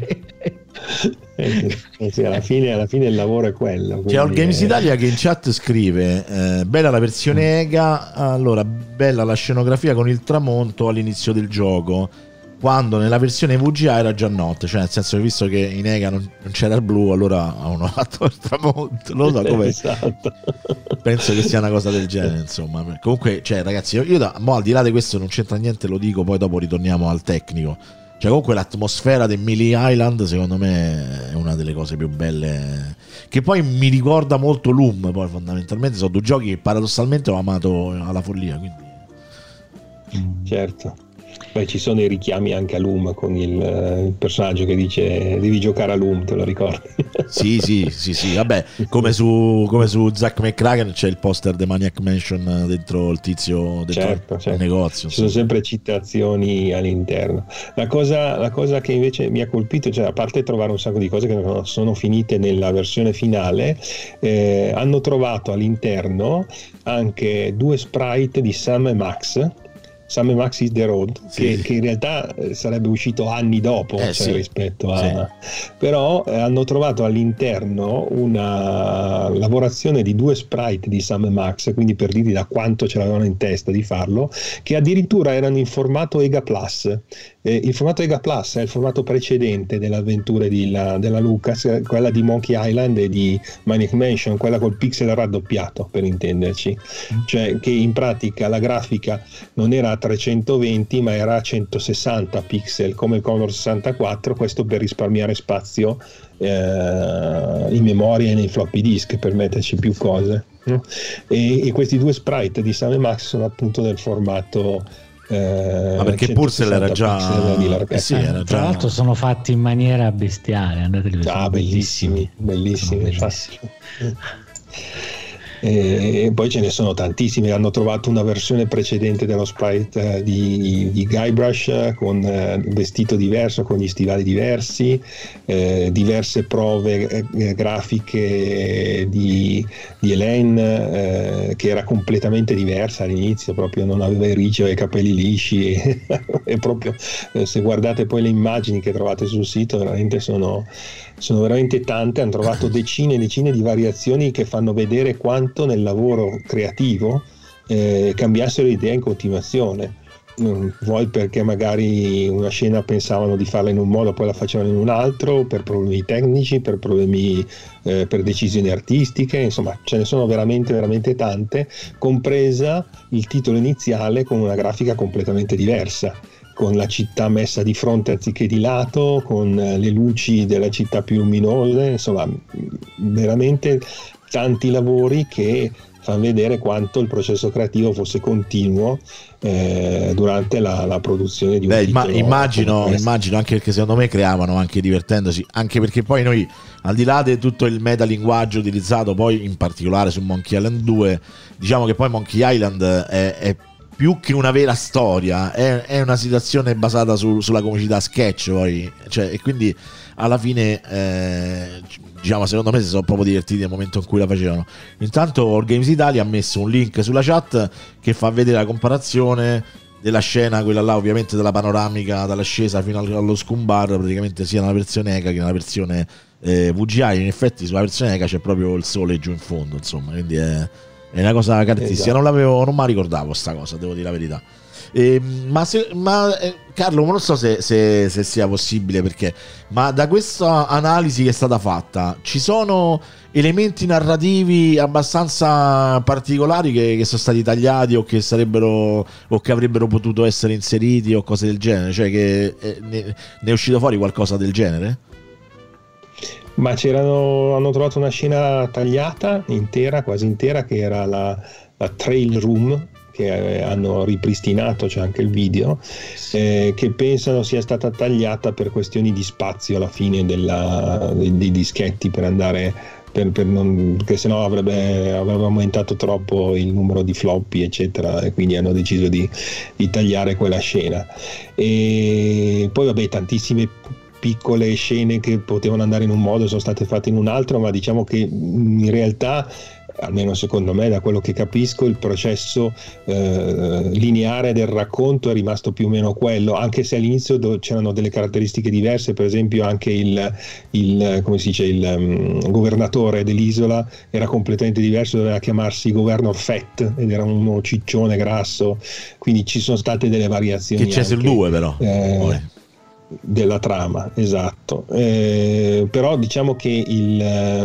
Eh sì, eh sì, alla, fine, alla fine il lavoro è quello. C'è All Games è... Italia che in chat scrive eh, bella la versione Ega, allora bella la scenografia con il tramonto all'inizio del gioco, quando nella versione V G A era già notte, cioè nel senso che visto che in Ega non, non c'era il blu, allora hanno fatto il tramonto, non lo so come. Esatto. Penso che sia una cosa del genere, insomma. Comunque, cioè ragazzi, io, io da, mo, al di là di questo non c'entra niente, lo dico, poi dopo ritorniamo al tecnico. Cioè comunque l'atmosfera del Melee Island secondo me è una delle cose più belle, che poi mi ricorda molto Loom. Poi fondamentalmente sono due giochi che paradossalmente ho amato alla follia, quindi... certo. Beh, ci sono i richiami anche a Loom, con il, il personaggio che dice devi giocare a Loom, te lo ricordi? Sì, sì, sì, sì, vabbè, come su, come su Zack McCracken c'è il poster The Maniac Mansion dentro il tizio dentro certo, il certo. negozio. Ci sono sì. sempre citazioni all'interno. La cosa, la cosa che invece mi ha colpito, cioè a parte trovare un sacco di cose che non sono finite nella versione finale, eh, hanno trovato all'interno anche due sprite di Sam e Max. Sam e Max is the Road, sì. che, che in realtà sarebbe uscito anni dopo, eh, cioè, sì. rispetto a... Sì. Però eh, hanno trovato all'interno una lavorazione di due sprite di Sam e Max, quindi per dirvi da quanto ce l'avevano in testa di farlo, che addirittura erano in formato Ega Plus, Eh, il formato Ega Plus è il formato precedente delle avventure di la, della Lucas, quella di Monkey Island e di Maniac Mansion, quella col pixel raddoppiato, per intenderci, cioè che in pratica la grafica non era a trecentoventi ma era a centosessanta pixel come il Commodore sessantaquattro, questo per risparmiare spazio eh, in memoria e nei floppy disk, per metterci più cose. E, e questi due sprite di Sam e Max sono appunto del formato eh, ma perché Purcell era già, eh sì, era già... tra l'altro sono fatti in maniera bestiale, andateli a ah, bellissimi bellissimi, bellissimi. E poi ce ne sono tantissimi, hanno trovato una versione precedente dello sprite eh, di, di Guybrush con eh, vestito diverso, con gli stivali diversi, eh, diverse prove eh, grafiche di, di Elaine eh, che era completamente diversa all'inizio, proprio non aveva i ricci o i capelli lisci e, e proprio eh, se guardate poi le immagini che trovate sul sito veramente sono sono veramente tante, hanno trovato decine e decine di variazioni che fanno vedere quanto nel lavoro creativo eh, cambiassero idea in continuazione. Mm, vuoi perché magari una scena pensavano di farla in un modo, poi la facevano in un altro, per problemi tecnici, per problemi eh, per decisioni artistiche, insomma ce ne sono veramente veramente tante, compresa il titolo iniziale con una grafica completamente diversa, con la città messa di fronte anziché di lato, con le luci della città più luminose, insomma veramente tanti lavori che fanno vedere quanto il processo creativo fosse continuo eh, durante la, la produzione di un Beh, titolo. immagino, immagino anche perché secondo me creavano anche divertendosi, anche perché poi noi al di là di tutto il metalinguaggio utilizzato poi in particolare su Monkey Island due, diciamo che poi Monkey Island è, è più che una vera storia, è, è una situazione basata su, sulla comicità sketch poi, cioè, e quindi alla fine eh, diciamo secondo me si sono proprio divertiti nel momento in cui la facevano. Intanto All Games Italia ha messo un link sulla chat che fa vedere la comparazione della scena, quella là ovviamente della panoramica dall'ascesa fino allo scumbar, praticamente sia nella versione E C A che nella versione eh, V G I. In effetti sulla versione E C A c'è proprio il sole giù in fondo, insomma, quindi è è una cosa caratteristica, esatto. non l'avevo, non mi ricordavo sta cosa, devo dire la verità. Eh, ma se, ma eh, Carlo, non so se, se, se sia possibile, perché ma da questa analisi che è stata fatta ci sono elementi narrativi abbastanza particolari che, che sono stati tagliati o che sarebbero o che avrebbero potuto essere inseriti o cose del genere, cioè che eh, ne, ne è uscito fuori qualcosa del genere? Ma c'erano, hanno trovato una scena tagliata intera, quasi intera, che era la, la trail room, che hanno ripristinato, c'è anche il video, eh, che pensano sia stata tagliata per questioni di spazio alla fine della, dei, dei dischetti, per andare per, per non, perché sennò avrebbe, avrebbe aumentato troppo il numero di floppy eccetera, e quindi hanno deciso di, di tagliare quella scena. E poi vabbè, tantissime piccole scene che potevano andare in un modo sono state fatte in un altro, ma diciamo che in realtà, almeno secondo me, da quello che capisco, il processo eh, lineare del racconto è rimasto più o meno quello, anche se all'inizio c'erano delle caratteristiche diverse. Per esempio anche il, il come si dice, il um, governatore dell'isola era completamente diverso, doveva chiamarsi Governor Fett ed era uno ciccione grasso, quindi ci sono state delle variazioni. Che c'è sul due però eh, poi della trama, esatto, eh, però diciamo che il,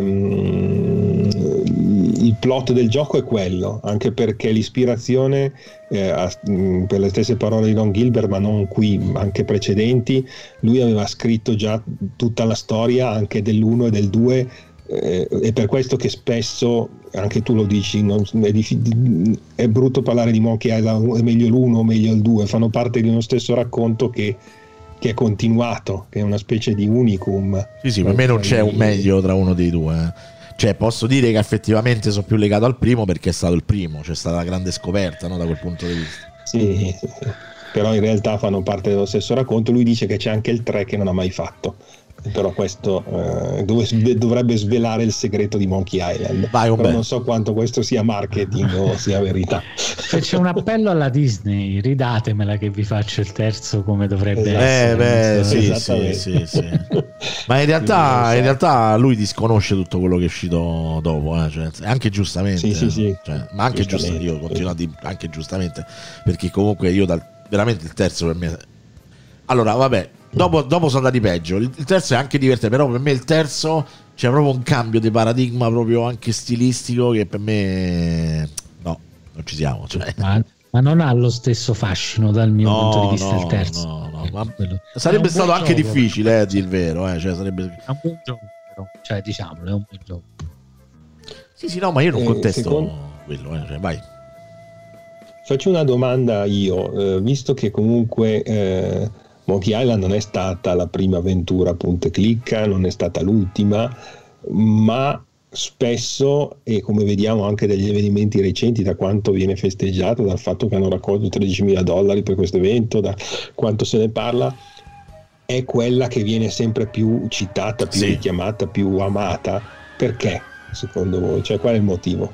um, il plot del gioco è quello, anche perché l'ispirazione eh, a, per le stesse parole di Ron Gilbert, ma non qui, ma anche precedenti, lui aveva scritto già tutta la storia anche dell'uno e del due, eh, è per questo che spesso, anche tu lo dici, non, è, diffi- è brutto parlare di Monkey Island, è meglio l'uno o meglio il due, fanno parte di uno stesso racconto che che è continuato, che è una specie di unicum. Sì, sì, per me non c'è un meglio tra uno dei due. Eh. Cioè, posso dire che effettivamente sono più legato al primo perché è stato il primo, c'è stata la grande scoperta, no, da quel punto di vista. Sì, sì, sì. Però in realtà fanno parte dello stesso racconto. Lui dice che c'è anche il tre che non ha mai fatto. Però questo eh, dove, dovrebbe svelare il segreto di Monkey Island. Vai, però non so quanto questo sia marketing o sia verità. Se c'è un appello alla Disney, ridatemela che vi faccio il terzo come dovrebbe esatto. essere. Eh, beh, sì, sì, sì, sì. Ma in realtà, in realtà lui disconosce tutto quello che è uscito dopo, eh? Cioè, anche giustamente. Sì, sì, sì. Cioè, ma anche giustamente, io continuo a dire anche giustamente, perché comunque io dal, veramente il terzo per me Allora, vabbè, dopo, dopo sono andati peggio. Il, il terzo è anche divertente, però per me il terzo c'è proprio un cambio di paradigma, proprio anche stilistico, che per me no, non ci siamo. Cioè. Ma, ma non ha lo stesso fascino dal mio no, punto di vista no, il terzo. No, no, ma Quello. sarebbe stato anche gioco, difficile, eh, a dir il vero. Eh, cioè, sarebbe... È un buon gioco, però. Cioè, diciamolo, è un buon gioco. Sì, sì, no, ma io non Eh, contesto secondo... quello, eh, cioè, vai. Faccio una domanda io, eh, visto che comunque eh, Monkey Island non è stata la prima avventura punta e clicca, non è stata l'ultima, ma spesso, e come vediamo anche dagli avvenimenti recenti, da quanto viene festeggiato, dal fatto che hanno raccolto tredicimila dollari per questo evento, da quanto se ne parla, è quella che viene sempre più citata, più sì. richiamata, più amata. Perché, secondo voi? Cioè, qual è il motivo?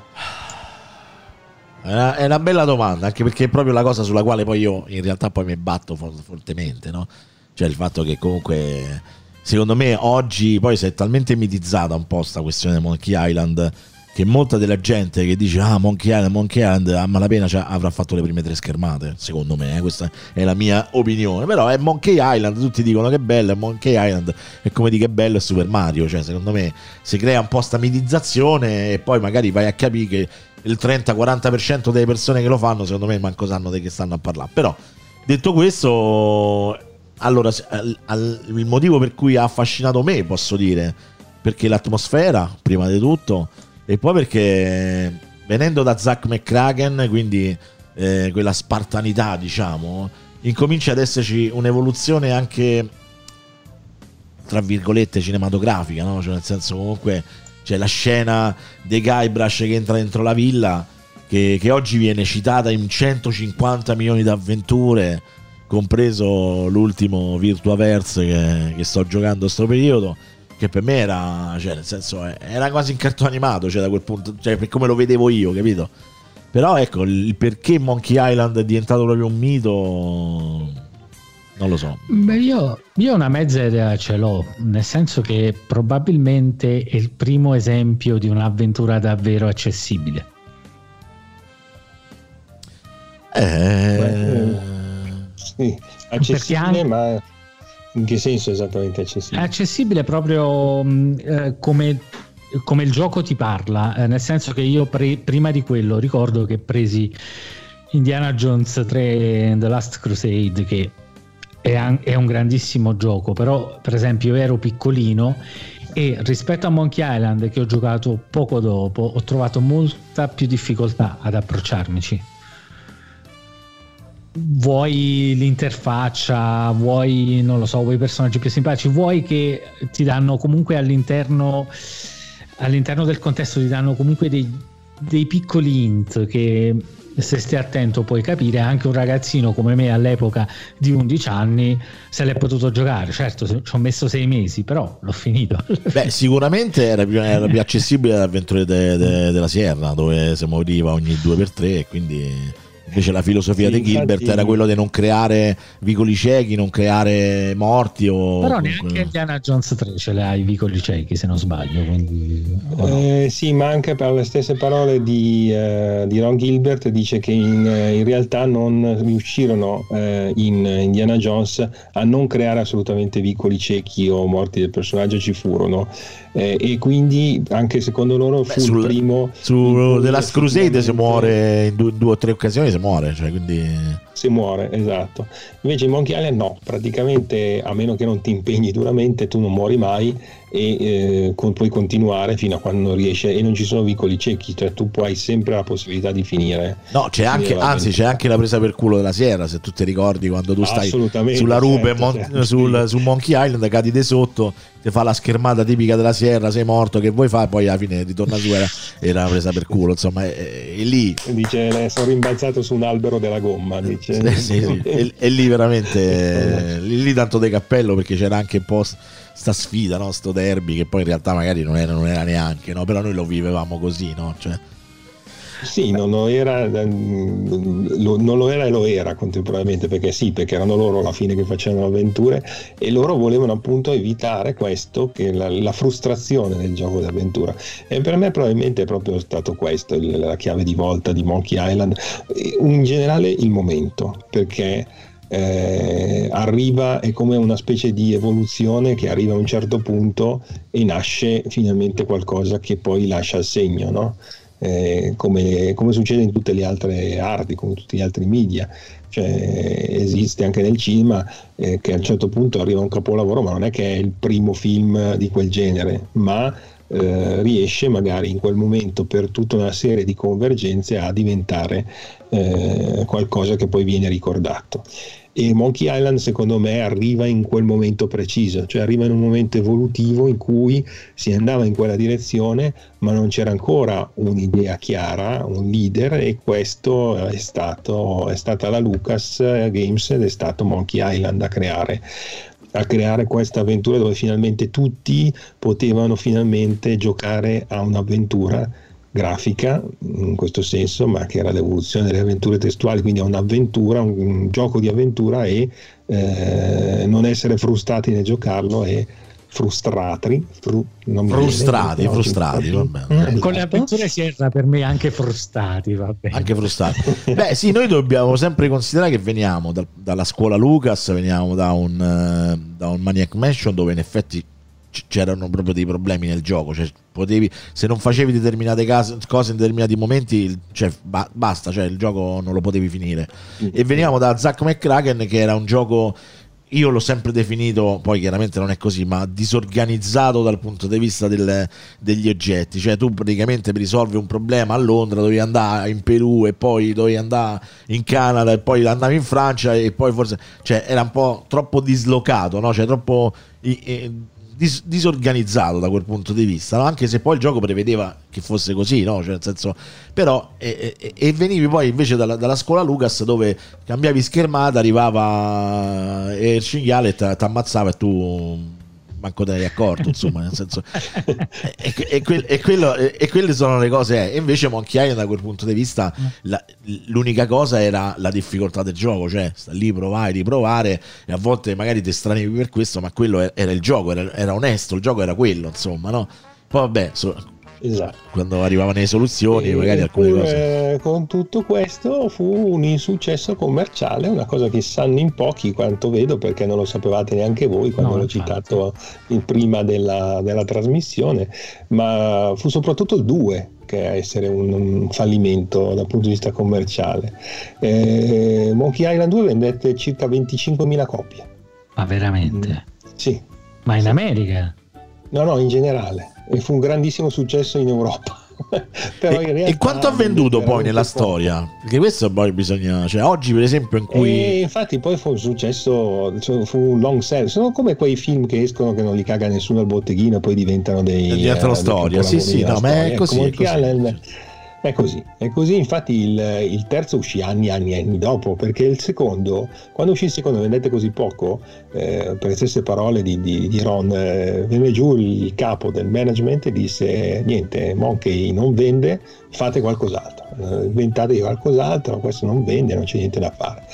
È una, è una bella domanda, anche perché è proprio la cosa sulla quale poi io in realtà poi mi batto fortemente, no? Cioè il fatto che comunque secondo me oggi poi si è talmente mitizzata un po' sta questione di Monkey Island che molta della gente che dice ah Monkey Island, Monkey Island a malapena cioè, avrà fatto le prime tre schermate, secondo me, eh? Questa è la mia opinione, però è Monkey Island, tutti dicono che bello è Monkey Island e come di che bello è Super Mario, cioè secondo me si crea un po' sta mitizzazione e poi magari vai a capire che il trenta quaranta per cento delle persone che lo fanno secondo me manco sanno di che stanno a parlare. Però detto questo, allora al, al, il motivo per cui ha affascinato me, posso dire, perché l'atmosfera prima di tutto, e poi perché venendo da Zack McCracken, quindi eh, quella spartanità diciamo, incomincia ad esserci un'evoluzione anche tra virgolette cinematografica, no? Cioè nel senso comunque c'è la scena dei Guybrush che entra dentro la villa che, che oggi viene citata in centocinquanta milioni di avventure, compreso l'ultimo Virtuaverse che, che sto giocando a sto periodo, che per me era, cioè nel senso era quasi un cartone animato, cioè da quel punto, cioè per come lo vedevo io, capito? Però ecco, il perché Monkey Island è diventato proprio un mito non lo so. Beh, io, io una mezza idea ce l'ho, nel senso che probabilmente è il primo esempio di un'avventura davvero accessibile. Eh, Beh, sì, accessibile, anche, ma in che senso esattamente accessibile? È accessibile proprio eh, come, come il gioco ti parla, eh, nel senso che io pre, prima di quello ricordo che presi Indiana Jones tre The Last Crusade, che è un grandissimo gioco, però per esempio ero piccolino e rispetto a Monkey Island che ho giocato poco dopo ho trovato molta più difficoltà ad approcciarmici. Vuoi l'interfaccia, vuoi non lo so, vuoi i personaggi più simpatici, vuoi che ti danno comunque all'interno all'interno del contesto ti danno comunque dei, dei piccoli hint che se stai attento puoi capire. Anche un ragazzino come me all'epoca di undici anni se l'è potuto giocare, certo ci ho messo sei mesi però l'ho finito. Beh, sicuramente era più, era più accessibile all'avventure de, de, della Sierra, dove si moriva ogni due per tre e quindi invece la filosofia sì, di Gilbert infatti... era quello di non creare vicoli ciechi, non creare morti o però comunque... neanche Indiana Jones tre ce l'ha i vicoli ciechi se non sbaglio, quindi... eh, sì, ma anche per le stesse parole di, eh, di Ron Gilbert dice che in, in realtà non riuscirono eh, in Indiana Jones a non creare assolutamente vicoli ciechi o morti del personaggio, ci furono eh, e quindi anche secondo loro fu Beh, sul, il primo su The Last Crusade si muore in due, due o tre occasioni, si muore, cioè quindi si muore, esatto. Invece in Monkey Island no, praticamente a meno che non ti impegni duramente tu non muori mai e eh, con, puoi continuare fino a quando non riesci e non ci sono vicoli ciechi, cioè tu puoi sempre la possibilità di finire. No, c'è anche, anzi c'è anche la presa per culo della Sierra, se tu ti ricordi quando tu stai sulla rupe certo, mon- certo, sul, sì. su Monkey Island, cadi di sotto, ti fa la schermata tipica della Sierra, sei morto, che vuoi fare, poi alla fine ritorna su, era, era una presa per culo, insomma è, è lì. Dice sono rimbalzato su un albero della gomma, dice. Sì, sì, sì. E, e lì veramente lì, lì tanto de cappello, perché c'era anche un po' sta sfida, no? Sto derby che poi in realtà magari non era, non era neanche, no? Però noi lo vivevamo così, no? Cioè... Sì, non lo era, lo, non lo era e lo era contemporaneamente, perché sì, perché erano loro alla fine che facevano avventure e loro volevano appunto evitare questo, che la, la frustrazione del gioco d'avventura. E per me probabilmente è proprio stato questo la chiave di volta di Monkey Island, in generale il momento, perché eh, arriva, è come una specie di evoluzione che arriva a un certo punto e nasce finalmente qualcosa che poi lascia il segno, no? Eh, come, come succede in tutte le altre arti, come in tutti gli altri media. Cioè, esiste anche nel cinema eh, che a un certo punto arriva un capolavoro, ma non è che è il primo film di quel genere, ma eh, riesce magari in quel momento, per tutta una serie di convergenze, a diventare eh, qualcosa che poi viene ricordato. E Monkey Island secondo me arriva in quel momento preciso, cioè arriva in un momento evolutivo in cui si andava in quella direzione ma non c'era ancora un'idea chiara, un leader, e questo è stato è stata la Lucas Games ed è stato Monkey Island a creare a creare questa avventura dove finalmente tutti potevano finalmente giocare a un'avventura grafica in questo senso, ma che era l'evoluzione delle avventure testuali, quindi è un'avventura, un, un gioco di avventura, e eh, non essere frustrati nel giocarlo e frustrati fru, non frustrati viene, frustrati va bene. Con le avventure si erra per me anche frustrati, va bene. Anche frustrati. Beh sì, noi dobbiamo sempre considerare che veniamo da, dalla scuola Lucas, veniamo da un, uh, da un Maniac Mansion dove in effetti c'erano proprio dei problemi nel gioco, cioè potevi, se non facevi determinate case, cose in determinati momenti, cioè ba- basta, cioè il gioco non lo potevi finire. E venivamo da Zack McCracken, che era un gioco, io l'ho sempre definito, poi chiaramente non è così, ma disorganizzato dal punto di vista del, degli oggetti. Cioè tu praticamente per risolvere un problema a Londra dovevi andare in Perù e poi dovevi andare in Canada e poi andavi in Francia e poi forse, cioè era un po' troppo dislocato, no? Cioè troppo i, i, Dis- disorganizzato da quel punto di vista, no? Anche se poi il gioco prevedeva che fosse così, no? Cioè, nel senso, però e, e, e venivi poi invece dalla, dalla scuola Lucas, dove cambiavi schermata, arrivava il cinghiale e ti ammazzava e tu manco te ne eri accorto, insomma, nel senso, e, e, que- e, quello, e, e quelle sono le cose. E invece Monkey Island da quel punto di vista la, l'unica cosa era la difficoltà del gioco, cioè sta lì, provare, riprovare, e a volte magari ti stranivi per questo, ma quello era, era il gioco, era, era onesto, il gioco era quello, insomma, no? Poi vabbè, so, esatto. Quando arrivavano le soluzioni, e magari alcune pur, cose. Eh, con tutto questo fu un insuccesso commerciale, una cosa che sanno in pochi, quanto vedo, perché non lo sapevate neanche voi quando No, l'ho infatti. citato in prima della, della trasmissione, ma fu soprattutto il due che a essere un, un fallimento dal punto di vista commerciale. Eh, Monkey Island due vendette circa venticinquemila copie. Ma veramente? Sì. Ma in America? No, no, in generale. E fu un grandissimo successo in Europa. Però in E, realtà e quanto ha venduto poi nella storia? Perché questo poi bisogna, cioè oggi per esempio in cui E infatti poi fu un successo, cioè, fu un long sell. Sono come quei film che escono che non li caga nessuno al botteghino e poi diventano dei diventano eh, storia. dei Sì, sì, capolavori no, della ma è storia. così, Ecco, è così. Monkey Island è così, è così. Infatti il, il terzo uscì anni e anni e anni dopo, perché il secondo, quando uscì il secondo, vendette così poco, eh, per le stesse parole di, di, di Ron, eh, venne giù il capo del management e disse: niente, Monkey non vende, fate qualcos'altro, eh, inventate qualcos'altro, questo non vende, non c'è niente da fare.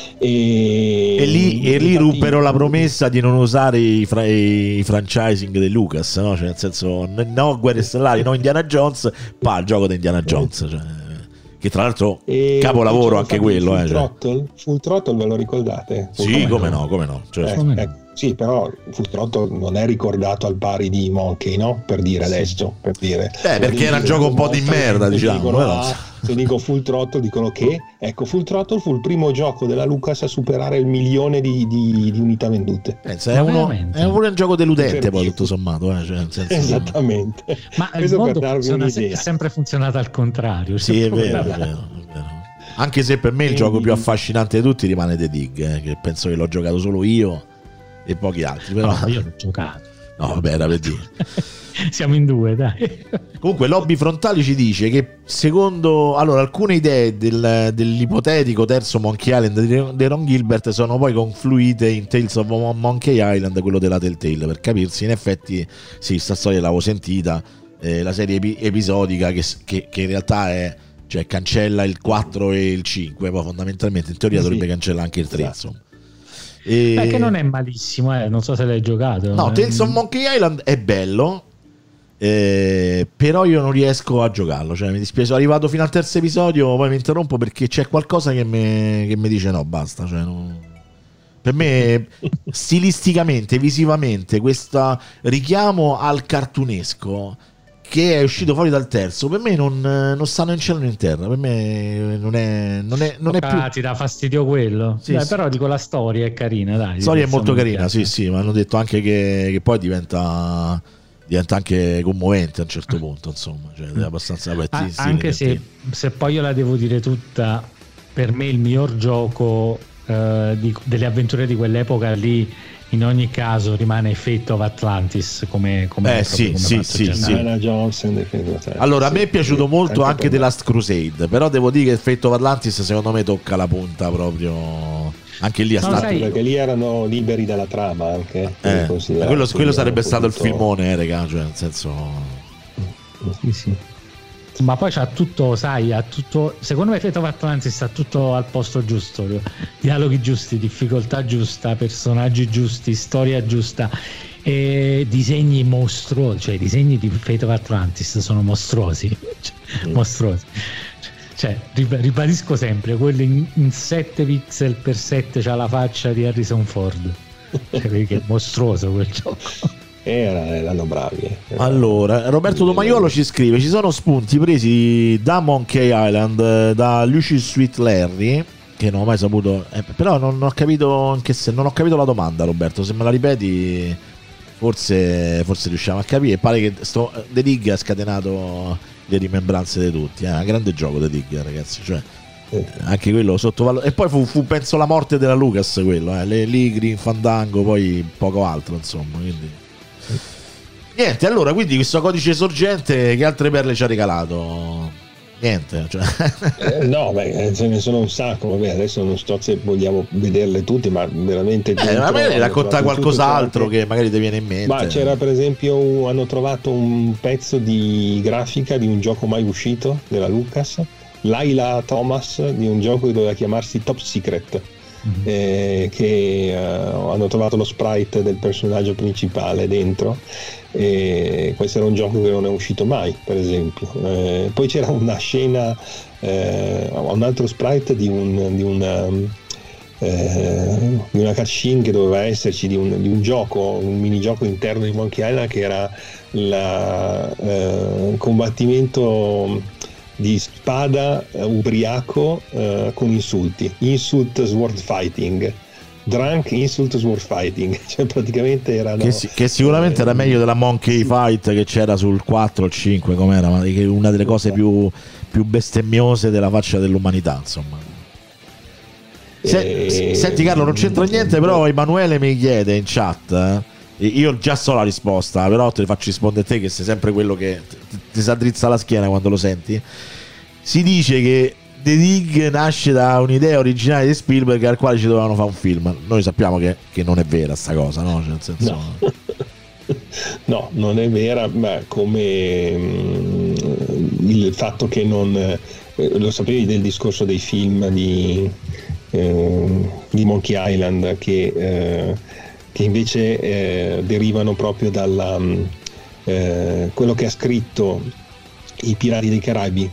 E, E lì, e lì infatti, ruppero la promessa di non usare i, fra- i franchising di Lucas, no? Cioè, nel senso, no Guerre Stellari, no Indiana Jones, pa il gioco di Indiana Jones, cioè, che tra l'altro e capolavoro diciamo, anche infatti, quello. Full Eh, cioè. Throttle, Full Throttle, ve lo ricordate? Full Sì, Throttle. come no, come no. Cioè, Eh, Come no? ecco, sì, però Full Throttle non è ricordato al pari di Monkey, no? Per dire adesso, per dire. Beh, perché era un gioco un po' di merda, diciamo, Dicono, però. ah, se dico Full Throttle dicono che, ecco, Full Throttle fu il primo gioco della Lucas a superare il milione di, di, di unità vendute. pensa, è, Ma uno, veramente? è pure un gioco deludente Per poi dire. tutto sommato, eh, cioè, nel senso, Esattamente. Ma il Questo per mondo darvi funziona, un'idea. è sempre funzionato al contrario. sì, è vero, è Vabbè. vero, è vero. Anche se per me il Quindi- gioco più affascinante di tutti rimane The Dig, eh, che penso che l'ho giocato solo io e pochi altri, però No, io l'ho giocato. no, vabbè, era per dire. Siamo in due, dai. Comunque Lobby Frontali ci dice che secondo allora alcune idee del, dell'ipotetico terzo Monkey Island di, di Ron Gilbert sono poi confluite in Tales of Monkey Island, quello della Telltale, per capirsi. In effetti sì, sta storia l'avevo sentita, eh, la serie epi- episodica che, che, che in realtà è, cioè cancella il quattro e il cinque, poi fondamentalmente in teoria Sì. dovrebbe cancellare anche il tre, Esatto. insomma. E... Perché non è malissimo, eh? Non so se l'hai giocato. No, Eh, Tales of Monkey Island è bello, eh, però io non riesco a giocarlo, cioè mi dispiace, sono arrivato fino al terzo episodio, poi mi interrompo perché c'è qualcosa che mi, che mi dice no, basta, cioè non, per me stilisticamente, visivamente, questo richiamo al cartunesco che è uscito fuori dal terzo, per me non, non stanno in cielo né in terra, per me non è, non è, non è più... Ti dà fastidio quello, sì, dai, sì. Però dico la storia è carina, dai. La storia è molto carina, sì sì, ma hanno detto anche che, che poi diventa diventa anche commovente a un certo punto, insomma, cioè è abbastanza ah, anche se, se poi io la devo dire tutta, per me il miglior gioco uh, di, delle avventure di quell'epoca lì in ogni caso rimane Fate of Atlantis come, come eh sì come sì sì, sì. Allora a me è piaciuto sì, molto anche, anche The Last Crusade, però devo dire che Fate of Atlantis secondo me tocca la punta proprio, anche lì è no, stato sai, perché lì erano liberi dalla trama anche, eh, quello, quello sarebbe stato potuto... il filmone, eh, raga, cioè nel senso sì sì. Ma poi c'ha tutto, sai, ha tutto, secondo me Fate of Atlantis sta tutto al posto giusto, dialoghi giusti, difficoltà giusta, personaggi giusti, storia giusta e disegni mostruosi, cioè i disegni di Fate of Atlantis sono mostruosi, cioè, mm. mostruosi. Cioè, ribadisco sempre, quello in, in sette pixel per sette c'ha la faccia di Harrison Ford, cioè, che è mostruoso quel gioco. Era, erano bravi. Erano... Allora, Roberto Domaiolo ci scrive: ci sono spunti presi da Monkey Island, da Lucius Sweet Larry, che non ho mai saputo, eh, però non ho capito in che se non ho capito la domanda, Roberto, se me la ripeti forse, forse riusciamo a capire. Pare che sto, The Dig ha scatenato le rimembranze di tutti, è eh? un grande gioco The Dig, ragazzi, cioè eh. anche quello sottovalutato. E poi fu, fu penso la morte della Lucas quello, eh? Le Ligri in Fandango, poi poco altro, insomma, quindi niente. Allora, quindi questo codice sorgente che altre perle ci ha regalato? Niente, cioè. eh, no, beh, ce ne sono un sacco. Vabbè, adesso non so se vogliamo vederle tutte, ma veramente eh, ma me ne racconta qualcos'altro anche... che magari ti viene in mente. Ma c'era per esempio, hanno trovato un pezzo di grafica di un gioco mai uscito della Lucas, Laila Thomas, di un gioco che doveva chiamarsi Top Secret. Eh, che uh, hanno trovato lo sprite del personaggio principale dentro, e questo era un gioco che non è uscito mai, per esempio. Eh, poi c'era una scena, eh, un altro sprite di un di una, eh, di una cutscene che doveva esserci di un, di un gioco, un minigioco interno di Monkey Island, che era il eh, combattimento di spada uh, ubriaco uh, con insulti, insult sword fighting, drunk insult sword fighting, cioè praticamente era che, si, che sicuramente eh, era meglio della Monkey sì. Fight che c'era sul quattro o cinque, com'era, ma che una delle cose più, più bestemmiose della faccia dell'umanità, insomma. Se, e... Senti Carlo, non c'entra niente, però Emanuele mi chiede in chat, eh? Io già so la risposta, però te le faccio rispondere a te, che sei sempre quello che ti, ti sa drizza la schiena quando lo senti. Si dice che The Dig nasce da un'idea originale di Spielberg al quale ci dovevano fare un film. Noi sappiamo che, che non è vera sta cosa, no? Cioè, nel senso... no. No, non è vera, ma come mh, il fatto che non eh, lo sapevi del discorso dei film di, eh, di Monkey Island che eh, che invece eh, derivano proprio dalla eh, quello che ha scritto I Pirati dei Caraibi.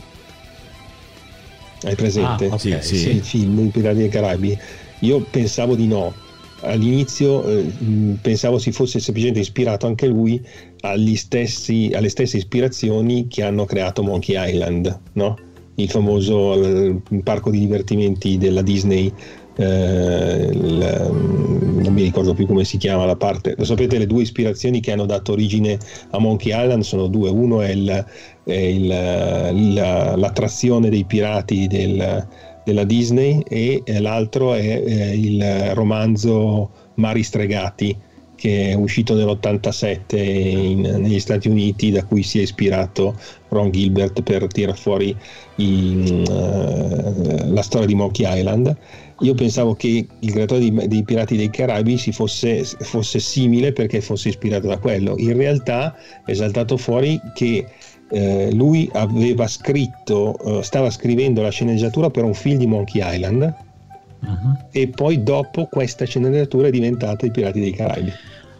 Hai presente? Ah, okay, sì, sì. Il film I Pirati dei Caraibi. Io pensavo di no. All'inizio eh, pensavo si fosse semplicemente ispirato anche lui agli stessi, alle stesse ispirazioni che hanno creato Monkey Island, no? Il famoso il parco di divertimenti della Disney. Eh, il, non mi ricordo più come si chiama la parte, lo sapete, le due ispirazioni che hanno dato origine a Monkey Island sono due: uno è, il, è il, la, l'attrazione dei pirati del, della Disney, e l'altro è, è il romanzo Mari Stregati, che è uscito nell'ottantasette in, negli Stati Uniti, da cui si è ispirato Ron Gilbert per tirare fuori i, uh, la storia di Monkey Island. Io pensavo che il creatore dei, dei Pirati dei Caraibi si fosse, fosse simile perché fosse ispirato da quello. In realtà è saltato fuori che eh, lui aveva scritto, uh, stava scrivendo la sceneggiatura per un film di Monkey Island, uh-huh. e poi dopo questa sceneggiatura è diventata I Pirati dei Caraibi.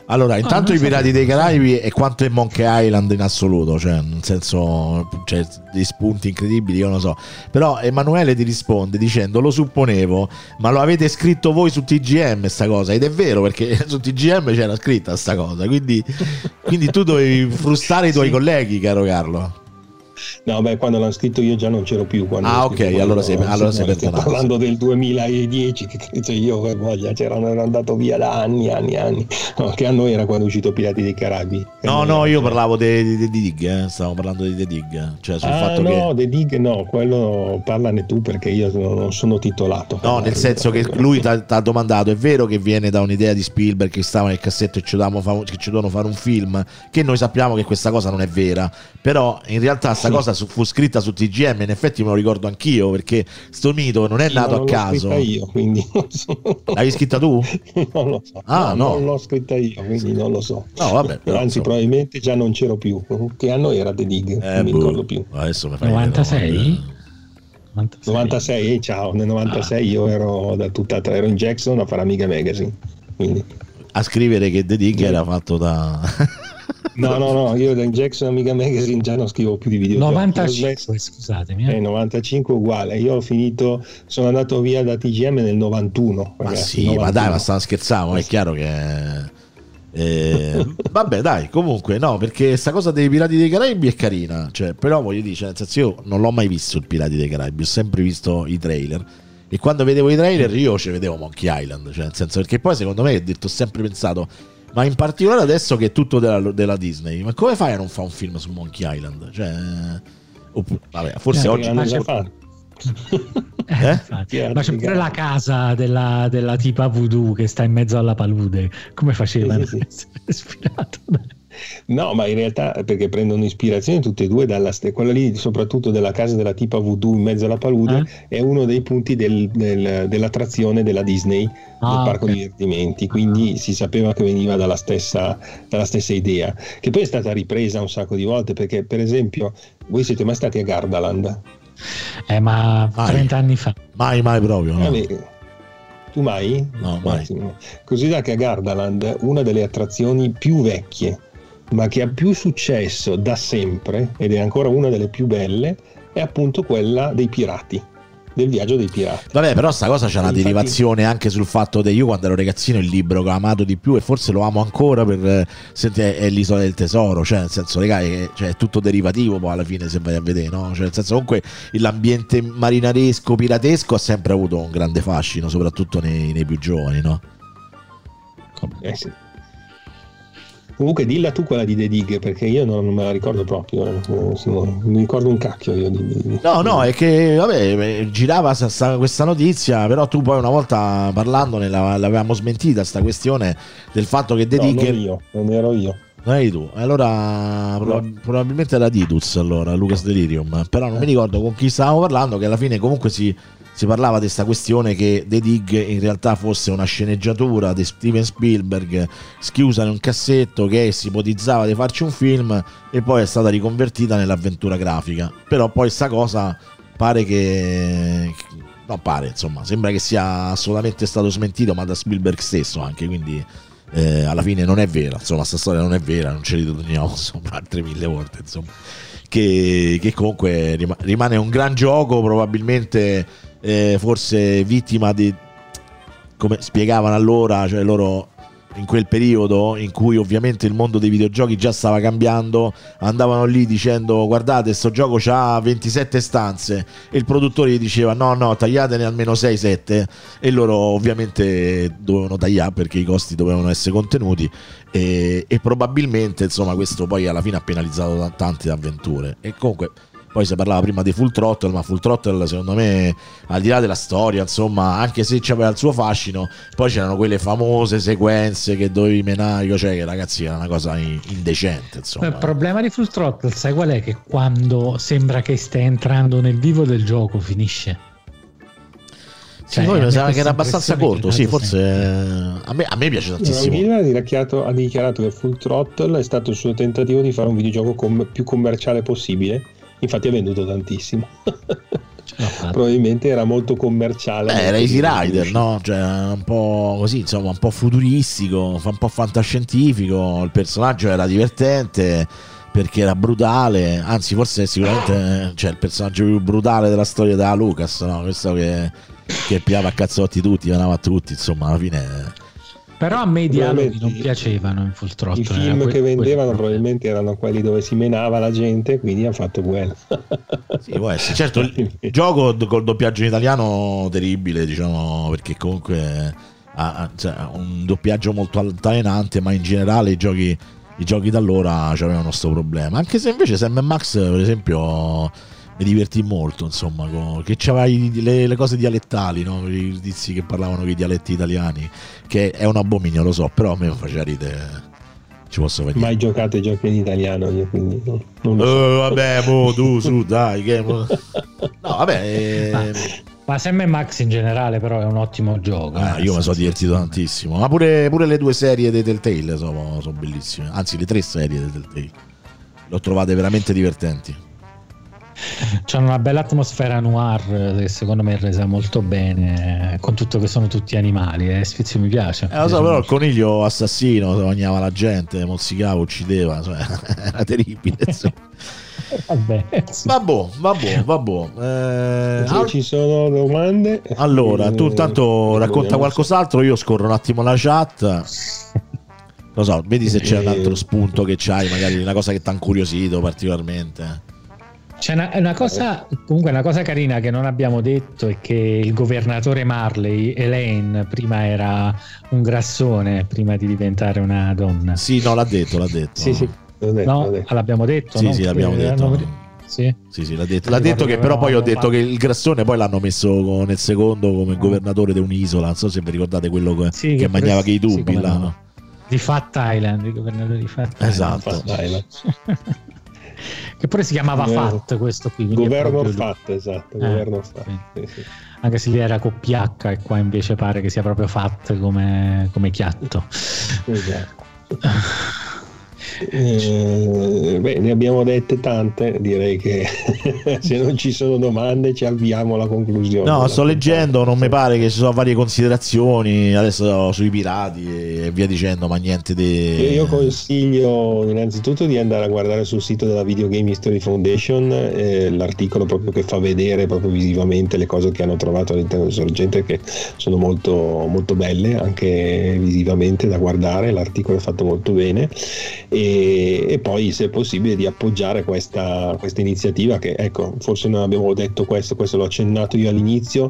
Allora, intanto Ah, i non Pirati sapevo. dei Caraibi è quanto è Monkey Island in assoluto, cioè nel senso c'è dei spunti incredibili, io non lo so. Però Emanuele ti risponde dicendo: lo supponevo, ma lo avete scritto voi su T G M sta cosa, ed è vero perché su T G M c'era scritta sta cosa, quindi, quindi tu dovevi frustare i tuoi Sì. colleghi, caro Carlo. No, beh, quando l'hanno scritto io già non c'ero più. Quando Ah, l'ho ok, scritto quello, allora sei- allora sei no, stiamo perdonato, parlando del duemiladieci, che cioè io che voglia, c'erano, ero andato via da anni, anni, anni. No, che anno era quando è uscito Pirati dei Caraibi? Che No, anno no, era, io cioè? parlavo di The Dig, eh. Stavo parlando di The Dig, cioè sul Ah fatto no, che... The Dig no, quello parlane tu perché io non sono titolato. No, nel senso che lui ti ha domandato: è vero che viene da un'idea di Spielberg che stava nel cassetto e ci dovevamo fa- che ci dovevano fare un film? Che noi sappiamo che questa cosa non è vera, però in realtà sta Sì. cosa su- fu scritta su T G M, in effetti me lo ricordo anch'io, perché sto mito non è Sì, ma nato non a l'ho caso. scritta io, quindi non so. L'hai scritta tu? Non lo so. Ah, no. Non l'ho scritta io, quindi non lo so. No, vabbè, però, Anzi, insomma. probabilmente già non c'ero più. Che anno era The Dig? Eh, non mi boh, ricordo più. adesso mi fai novantasei? vedere. novantasei? novantasei, ciao, nel novantasei io ero da tutt'altra, ero in Jackson a fare Amiga Magazine. Quindi. A scrivere che The Dig era fatto da... No, no, no, io da in Jackson Amiga Magazine già non scrivo più di videogiochi. Ho novantacinque, smesso- scusatemi. Eh, Eh. novantacinque uguale, io ho finito, sono andato via da T G M nel novantuno. Ma ragazzi, sì, ma novantuno. dai, ma stavo scherzando, è chiaro che... eh, vabbè dai, comunque no, perché sta cosa dei Pirati dei Caraibi è carina, cioè, però voglio dire, cioè, nel senso, io non l'ho mai visto il Pirati dei Caraibi, ho sempre visto i trailer, e quando vedevo i trailer io ci vedevo Monkey Island, cioè nel senso, perché poi secondo me ho detto, ho sempre pensato, ma in particolare adesso che è tutto della, della Disney, ma come fai a non fare un film su Monkey Island? Cioè, oppure, vabbè, forse Eh, oggi... L'hanno già c'è- fatto. Eh, Eh? infatti. Ma c'è pure la casa della, della tipa voodoo che sta in mezzo alla palude. Come facevano? Sì, Essere ispirato da- No, ma in realtà perché prendono ispirazione tutte e due dalla st- quella lì, soprattutto della casa della tipa voodoo in mezzo alla palude, è uno dei punti del- del- dell'attrazione della Disney, Ah, del parco ok. divertimenti, quindi si sapeva che veniva dalla stessa, dalla stessa idea, che poi è stata ripresa un sacco di volte, perché per esempio voi siete mai stati a Gardaland? Eh, ma Mai. trenta anni fa. Mai, mai proprio, no. Vabbè, tu mai? No, mai. Ottimo. Così da che a Gardaland una delle attrazioni più vecchie, ma che ha più successo da sempre, ed è ancora una delle più belle, è appunto quella dei pirati, del viaggio dei pirati. Vabbè, però sta cosa c'è una Infatti- derivazione anche sul fatto che io quando ero ragazzino il libro che ho amato di più e forse lo amo ancora per eh, senti, è, è l'Isola del Tesoro, cioè nel senso, raga, è, cioè, è tutto derivativo poi alla fine se vai a vedere, no? Cioè nel senso, comunque l'ambiente marinaresco, piratesco ha sempre avuto un grande fascino, soprattutto nei, nei più giovani, no? Eh sì. Comunque dilla tu quella di The Dig, perché io non me la ricordo proprio, eh. Non mi ricordo un cacchio io di, di- No, no, è che vabbè, eh, girava sta- sta- questa notizia, però tu poi una volta parlandone la- l'avevamo smentita sta questione del fatto che The No, Dig... non io, non ero io. Non eri tu, allora prob- probabilmente era Titus, allora Lucas Delirium, però non mi ricordo con chi stavamo parlando, che alla fine comunque si, si parlava di questa questione che The Dig in realtà fosse una sceneggiatura di Steven Spielberg schiusa in un cassetto, che si ipotizzava di farci un film e poi è stata riconvertita nell'avventura grafica, però poi sta cosa pare che... no, pare, insomma, sembra che sia assolutamente stato smentito, ma da Spielberg stesso anche, quindi... Eh, alla fine non è vera, insomma, sta storia non è vera, non ci riteniamo, insomma, altre mille volte, insomma, che, che comunque rima- rimane un gran gioco, probabilmente eh, forse vittima di, come spiegavano allora, cioè loro in quel periodo in cui ovviamente il mondo dei videogiochi già stava cambiando, andavano lì dicendo guardate sto gioco c'ha ventisette stanze e il produttore gli diceva no no tagliatene almeno sei sette e loro ovviamente dovevano tagliare perché i costi dovevano essere contenuti e, e probabilmente insomma questo poi alla fine ha penalizzato t- tante avventure e comunque poi si parlava prima di Full Throttle, ma Full Throttle secondo me al di là della storia insomma anche se c'aveva il suo fascino poi c'erano quelle famose sequenze che dovevi menare, cioè che ragazzi era una cosa in- indecente insomma. Il problema di Full Throttle, sai qual è? Che quando sembra che stai entrando nel vivo del gioco finisce. Sì, Cioè, poi a me mi sembra che questa era abbastanza impressione corto, che sì, mi ha dato forse eh, a me, a me piace tantissimo. Gilles ha dichiarato, ha dichiarato che Full Throttle è stato il suo tentativo di fare un videogioco com- più commerciale possibile, infatti ha venduto tantissimo. probabilmente era molto commerciale. Beh, era Easy Rider, no? Cioè, un po' così, insomma, un po' futuristico, un po' fantascientifico. Il personaggio era divertente perché era brutale, anzi forse sicuramente cioè, il personaggio più brutale della storia della Lucas, no? Questo che, che piava a cazzotti tutti, venava a tutti, insomma, alla fine. Però a me i dialoghi non piacevano in Full Throttle. I film que- che vendevano quello. probabilmente erano quelli dove si menava la gente, quindi hanno fatto quello. Sì, può essere. Certo, il gioco col doppiaggio in italiano terribile, diciamo, perché comunque ha, ha- cioè, ha un doppiaggio molto altalenante, ma in generale i giochi, i giochi da allora avevano questo problema. Anche se invece Sam and Max, per esempio, mi divertì molto, insomma, con, che c'aveva i- le, le cose dialettali, no? I tizi che parlavano con i dialetti italiani, che è un abominio, lo so, però a me faceva ridere. Ci posso vedere. Mai giocato ai giochi in italiano io, quindi no, non lo so. Oh, vabbè, mo, tu, su, dai, che... No, vabbè, eh, Ma Sam and Max in generale però è un ottimo gioco. ah, eh, io mi sono sì, divertito sì. tantissimo. Ma pure, pure le due serie dei Telltale sono, sono bellissime. Anzi, le tre serie dei Telltale le ho trovate veramente divertenti. C'hanno una bella atmosfera noir che secondo me è resa molto bene, con tutto che sono tutti animali. Eh. Sfizio mi piace. Eh, lo so, però il coniglio assassino sognava la gente, mozzicava, uccideva, cioè, era terribile. Insomma. Vabbè, sì. Vabbè, vabbè, vabbè. Eh, Se al- ci sono domande, allora, tu intanto eh, racconta vogliamo- qualcos'altro, io scorro un attimo la chat. Lo so, vedi se c'è un altro spunto che c'hai, magari una cosa che ti ha incuriosito particolarmente. C'è una, è una cosa, comunque una cosa carina che non abbiamo detto è che il governatore Marley, Elaine, prima era un grassone prima di diventare una donna. Sì, no, l'ha detto, l'ha detto. Sì, sì, l'ho detto, No, l'ho detto. l'abbiamo detto. Sì, no? sì, l'abbiamo Eh, detto. hanno- Sì. Sì, sì, l'ha detto. L'ha detto Ricordo che che però poi ho avevamo detto fatto- che il grassone poi l'hanno messo nel secondo come governatore di un'isola. Non so se vi ricordate quello che, Sì, che che mangiava pure- che i sì, tubi come là, no. no? Di Fat Island, il governatore di Fat Island. Esatto. Dai, no. Che pure si chiamava Governo- Fat questo qui. quindi è Governo proprio lui. fatto, esatto, Eh, governo fatto. sì. Sì, sì. Anche se lì era con P H e qua invece pare che sia proprio Fat come, come chiatto. Esatto. Eh, beh, ne abbiamo dette tante, direi che se non ci sono domande ci avviamo alla conclusione. No, della sto puntata. leggendo, non mi pare che ci sono varie considerazioni adesso sui pirati e via dicendo, ma niente di... Io consiglio innanzitutto di andare a guardare sul sito della Video Game History Foundation eh, l'articolo proprio che fa vedere proprio visivamente le cose che hanno trovato all'interno del sorgente, che sono molto, molto belle anche visivamente da guardare. L'articolo è fatto molto bene e, e poi se è possibile di appoggiare questa, questa iniziativa che, ecco, forse non abbiamo detto questo, questo l'ho accennato io all'inizio,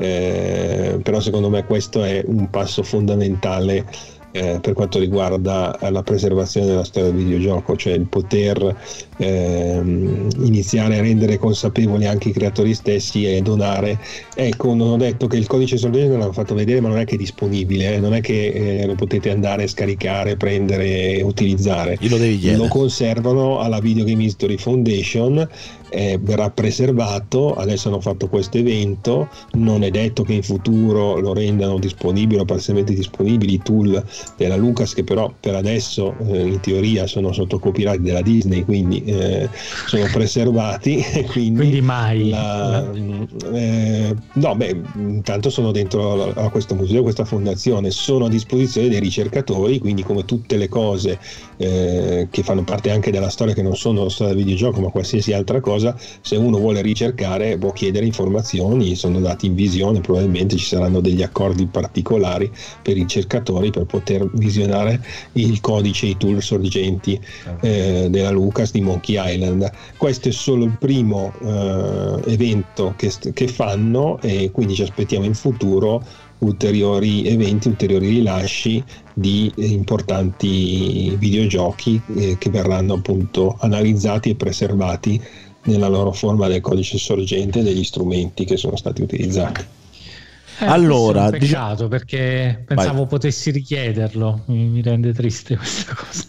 eh, però secondo me questo è un passo fondamentale eh, per quanto riguarda la preservazione della storia del videogioco, cioè il poter ehm, iniziare a rendere consapevoli anche i creatori stessi e donare. Ecco, non ho detto che il codice sorgente non l'hanno fatto vedere, ma non è che è disponibile, eh, non è che eh, lo potete andare a scaricare, prendere e utilizzare. Io lo devi Lo chiedere. conservano alla Video Game History Foundation, eh, verrà preservato. Adesso hanno fatto questo evento, non è detto che in futuro lo rendano disponibile o parzialmente disponibili i tool della Lucas, che però per adesso eh, in teoria sono sotto copyright della Disney, quindi eh, sono preservati e quindi, Quindi mai. la, eh, no beh intanto sono dentro a, a questo museo, questa fondazione, sono a disposizione dei ricercatori, quindi come tutte le cose eh, che fanno parte anche della storia, che non sono la storia del videogioco ma qualsiasi altra cosa, se uno vuole ricercare può chiedere informazioni, sono dati in visione, probabilmente ci saranno degli accordi particolari per i ricercatori per poter visionare il codice, i tool sorgenti eh, della Lucas di Monkey Island. Questo è solo il primo eh, evento che, che fanno e quindi ci aspettiamo in futuro ulteriori eventi, ulteriori rilasci di importanti videogiochi eh, che verranno appunto analizzati e preservati nella loro forma del codice sorgente degli strumenti che sono stati utilizzati. Eh, Allora, questo è un peccato perché pensavo Vai. potessi richiederlo, mi, mi rende triste questa cosa.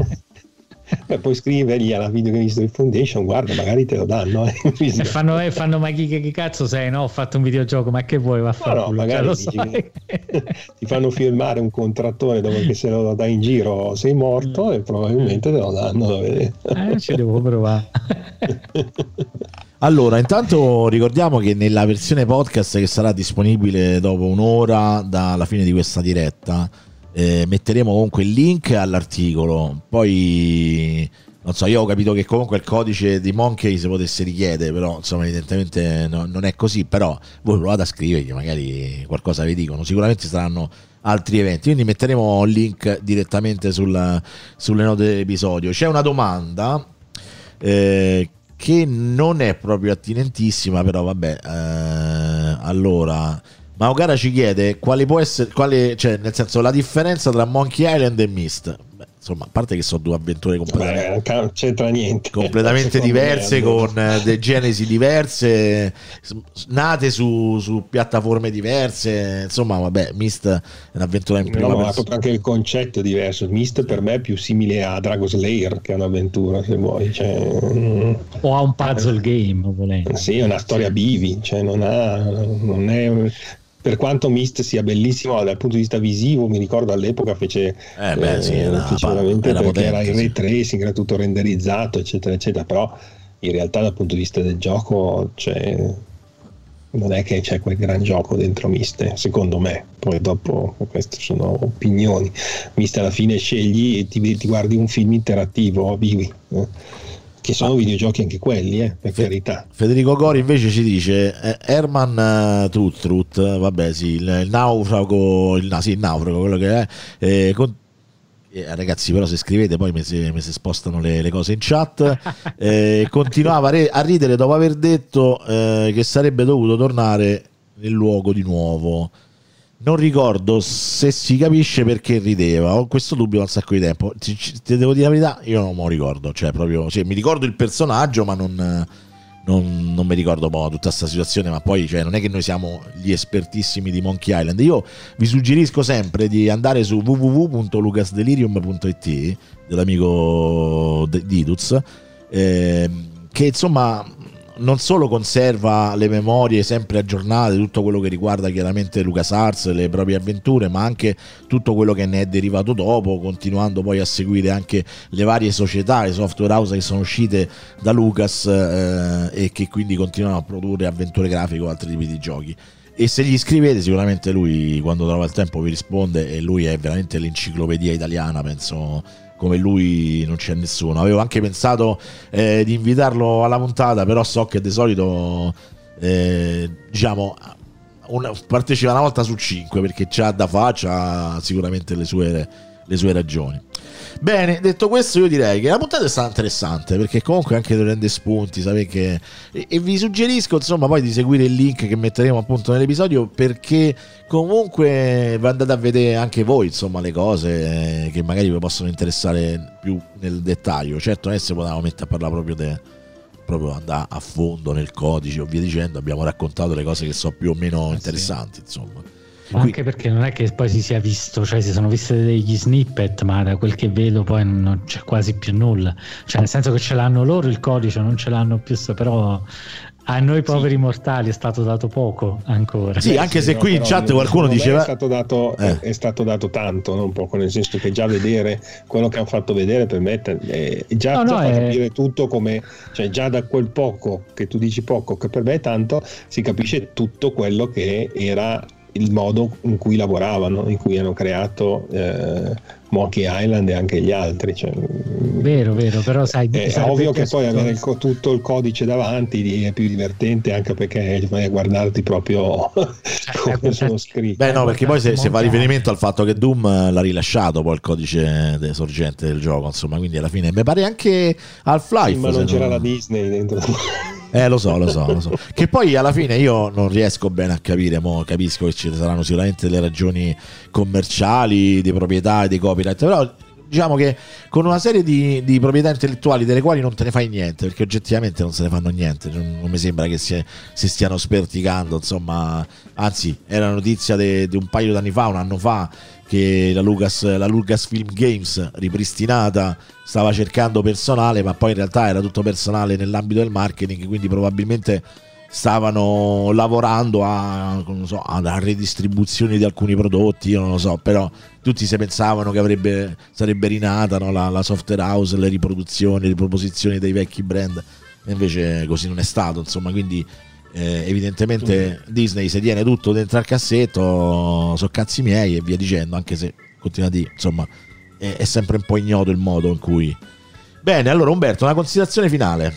Beh, puoi scrivergli alla Video Game History Foundation, guarda, magari te lo danno. Eh. E fanno, eh, fanno ma chi che, che cazzo sei? No, ho fatto un videogioco, ma che vuoi? Va a fare No, no, magari cioè, lo dici sai. che ti fanno firmare un contrattore dopo che se lo dai in giro sei morto e probabilmente te lo danno da vedere. Eh, ci devo provare. Allora, intanto ricordiamo che nella versione podcast che sarà disponibile dopo un'ora dalla fine di questa diretta, eh, metteremo comunque il link all'articolo. Poi non so, io ho capito che comunque il codice di Monkey si potesse richiedere, però insomma evidentemente no, non è così. Però voi provate a scrivergli, magari qualcosa vi dicono. Sicuramente saranno altri eventi, quindi metteremo il link direttamente sul, sulle note dell'episodio. C'è una domanda eh, che non è proprio attinentissima, però vabbè, eh, allora Maokara ci chiede quale può essere, quale, cioè nel senso la differenza tra Monkey Island e Myst. Beh, insomma, a parte che sono due avventure completamente, Beh, non c'entra niente, completamente diverse, me, con delle genesi diverse, nate su, su piattaforme diverse. Insomma, vabbè, Myst è un'avventura in prima no, ma persona. anche il concetto è diverso. Myst per me è più simile a Dragon Slayer che è un'avventura, se vuoi, cioè, o a un puzzle game, volendo. Sì, è una storia bivi, cioè non ha, non è. Per quanto Myst sia bellissimo dal punto di vista visivo, mi ricordo all'epoca fece, eh beh, sì, era, fece veramente era perché potente, era il sì. ray tracing, era tutto renderizzato, eccetera, eccetera. Però in realtà dal punto di vista del gioco, cioè, non è che c'è quel gran gioco dentro Myst, secondo me. Poi dopo, queste sono opinioni. Myst alla fine scegli e ti, ti guardi un film interattivo, vivi. Eh? Che sono ah. videogiochi anche quelli, eh, per Fe- carità. Federico Gori invece ci dice eh, Herman uh, Truth Truth, vabbè sì, il, il naufrago, il, no, sì, il naufrago, quello che è. Eh, con, eh, ragazzi, però se scrivete poi mi si, mi si spostano le, le cose in chat. Eh, continuava re- a ridere dopo aver detto eh, che sarebbe dovuto tornare nel luogo di nuovo. Non ricordo se si capisce perché rideva, ho questo dubbio da un sacco di tempo. Ti, ti devo dire la verità, io non me lo ricordo, cioè proprio, cioè, mi ricordo il personaggio, ma non, non, non mi ricordo boh, tutta questa situazione. Ma poi cioè, non è che noi siamo gli espertissimi di Monkey Island. Io vi suggerisco sempre di andare su w w w punto lucasdelirium punto i t dell'amico Diduz, eh, che insomma non solo conserva le memorie sempre aggiornate, tutto quello che riguarda chiaramente LucasArts, le proprie avventure, ma anche tutto quello che ne è derivato dopo, continuando poi a seguire anche le varie società, le software house che sono uscite da Lucas eh, e che quindi continuano a produrre avventure grafiche o altri tipi di giochi. E se gli scrivete sicuramente lui, quando trova il tempo, vi risponde, e lui è veramente l'enciclopedia italiana, penso come lui non c'è nessuno. Avevo anche pensato eh, di invitarlo alla puntata, però so che di solito eh, diciamo una, partecipa una volta su cinque, perché c'ha da fare, c'ha sicuramente le sue, le sue ragioni. Bene, detto questo, io direi che la puntata è stata interessante, perché comunque anche prende spunti, sapete che... e, e vi suggerisco insomma poi di seguire il link che metteremo appunto nell'episodio, perché comunque andate a vedere anche voi insomma le cose che magari vi possono interessare più nel dettaglio. Certo, adesso potevamo mettere a parlare proprio de, proprio andare a fondo nel codice o via dicendo. Abbiamo raccontato le cose che sono più o meno ah, interessanti, sì. insomma. Ma anche perché non è che poi si sia visto, cioè si sono viste degli snippet, ma da quel che vedo poi non c'è quasi più nulla, cioè nel senso che ce l'hanno loro il codice, non ce l'hanno più, però a noi poveri sì. mortali è stato dato poco ancora. Sì, anche sì, se no, qui in chat qualcuno diceva è stato dato eh. è stato dato tanto, non poco, nel senso che già vedere quello che hanno fatto vedere per me è già, no, già no, fa è... capire tutto, come, cioè già da quel poco che tu dici poco, che per me è tanto, si capisce tutto quello che era il modo in cui lavoravano, in cui hanno creato eh, Monkey Island e anche gli altri, cioè, vero vero però sai, è ovvio che poi avere il, tutto il codice davanti è più divertente, anche perché vai a guardarti proprio cioè, come sono scritti. Beh no, perché poi se, se fa riferimento al fatto che Doom l'ha rilasciato poi il codice de sorgente del gioco, insomma, quindi alla fine mi pare anche Half-Life, sì, ma non c'era non... la Disney dentro. Eh lo so, lo so, lo so. Che poi alla fine io non riesco bene a capire, mo capisco che ci saranno sicuramente delle ragioni commerciali, di proprietà e di copyright, però diciamo che con una serie di, di proprietà intellettuali delle quali non te ne fai niente, perché oggettivamente non se ne fanno niente, non, non mi sembra che si, si stiano sperticando, insomma, anzi era notizia di un paio d'anni fa, un anno fa, che la Lucas, la Lucasfilm Games ripristinata stava cercando personale, ma poi in realtà era tutto personale nell'ambito del marketing, quindi probabilmente stavano lavorando a, non so, alla redistribuzione di alcuni prodotti, io non lo so, però tutti si pensavano che avrebbe, sarebbe rinata, no, la, la software house, le riproduzioni, le proposizioni dei vecchi brand. e invece così non è stato, insomma, quindi eh, evidentemente mm. Disney si tiene tutto dentro al cassetto, so cazzi miei e via dicendo, anche se continua a dire, insomma, è, è sempre un po' ignoto il modo in cui. Bene, allora Umberto, una considerazione finale.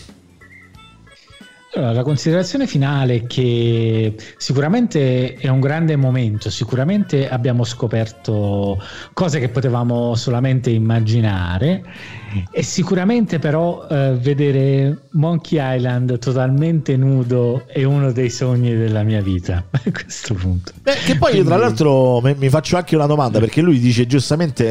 Allora, la considerazione finale è che sicuramente è un grande momento, sicuramente abbiamo scoperto cose che potevamo solamente immaginare e sicuramente però eh, vedere Monkey Island totalmente nudo è uno dei sogni della mia vita a questo punto. Beh, che poi io tra l'altro mi, mi faccio anche una domanda, perché lui dice giustamente,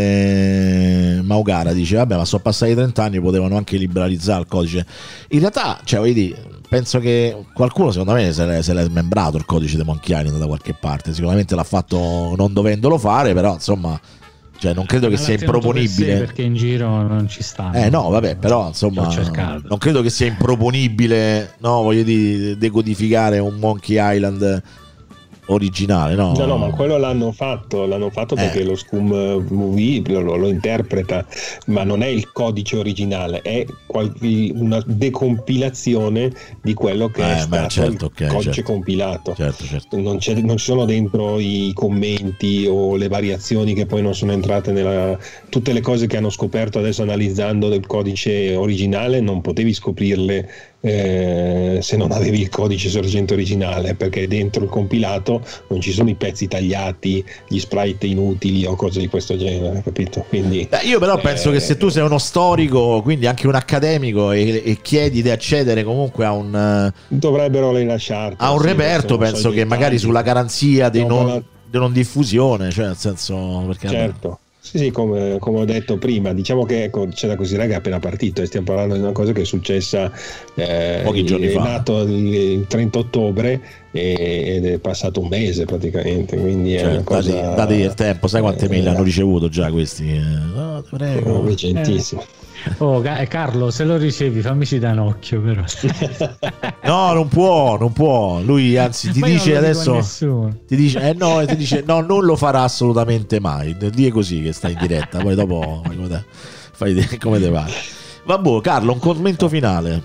eh, Maugara dice vabbè, ma sono passati trenta anni, potevano anche liberalizzare il codice. In realtà, cioè, voglio dire, penso che qualcuno secondo me se l'è, se l'è smembrato il codice di Monkey Island da qualche parte, sicuramente l'ha fatto non dovendolo fare, però insomma, cioè, non credo che sia improponibile, perché in giro non ci stanno. Eh no, vabbè, però insomma non credo che sia improponibile, no, voglio dire, decodificare un Monkey Island originale, no? No, no, ma quello l'hanno fatto, l'hanno fatto perché eh. lo Scum Movie lo, lo interpreta, ma non è il codice originale, è qualche, una decompilazione di quello che eh, è stato certo, il okay, codice certo. compilato. Certo, certo. Non, c'è, non ci sono dentro i commenti o le variazioni che poi non sono entrate nella... Tutte le cose che hanno scoperto adesso analizzando del codice originale non potevi scoprirle Eh, se non avevi il codice sorgente originale, perché dentro il compilato non ci sono i pezzi tagliati, gli sprite inutili o cose di questo genere, capito? Quindi Beh, io però eh, penso che se tu sei uno storico, quindi anche un accademico, e, e chiedi di accedere comunque a un dovrebbero rilasciarti a un sì, reperto, penso che magari sulla garanzia di non, la... di non diffusione, cioè nel senso, perché certo. Sì, sì, come, come ho detto prima, diciamo che ecco, c'è da considerare che è appena partito e stiamo parlando di una cosa che è successa eh, pochi giorni è fa. È nato il, il trenta ottobre e, ed è passato un mese praticamente, quindi certo, è una cosa... Date, date il tempo, sai quante eh, mail hanno ricevuto già questi? No, ti prego. Oh, recentissimo. Eh. Oh Carlo, se lo ricevi fammici da un occhio però. No, non può, non può. Lui anzi ti dice adesso ti dice eh no, ti dice no, non lo farà assolutamente mai. Dì così che sta in diretta, poi dopo fai come te pare. Vabbè, Carlo, un commento finale.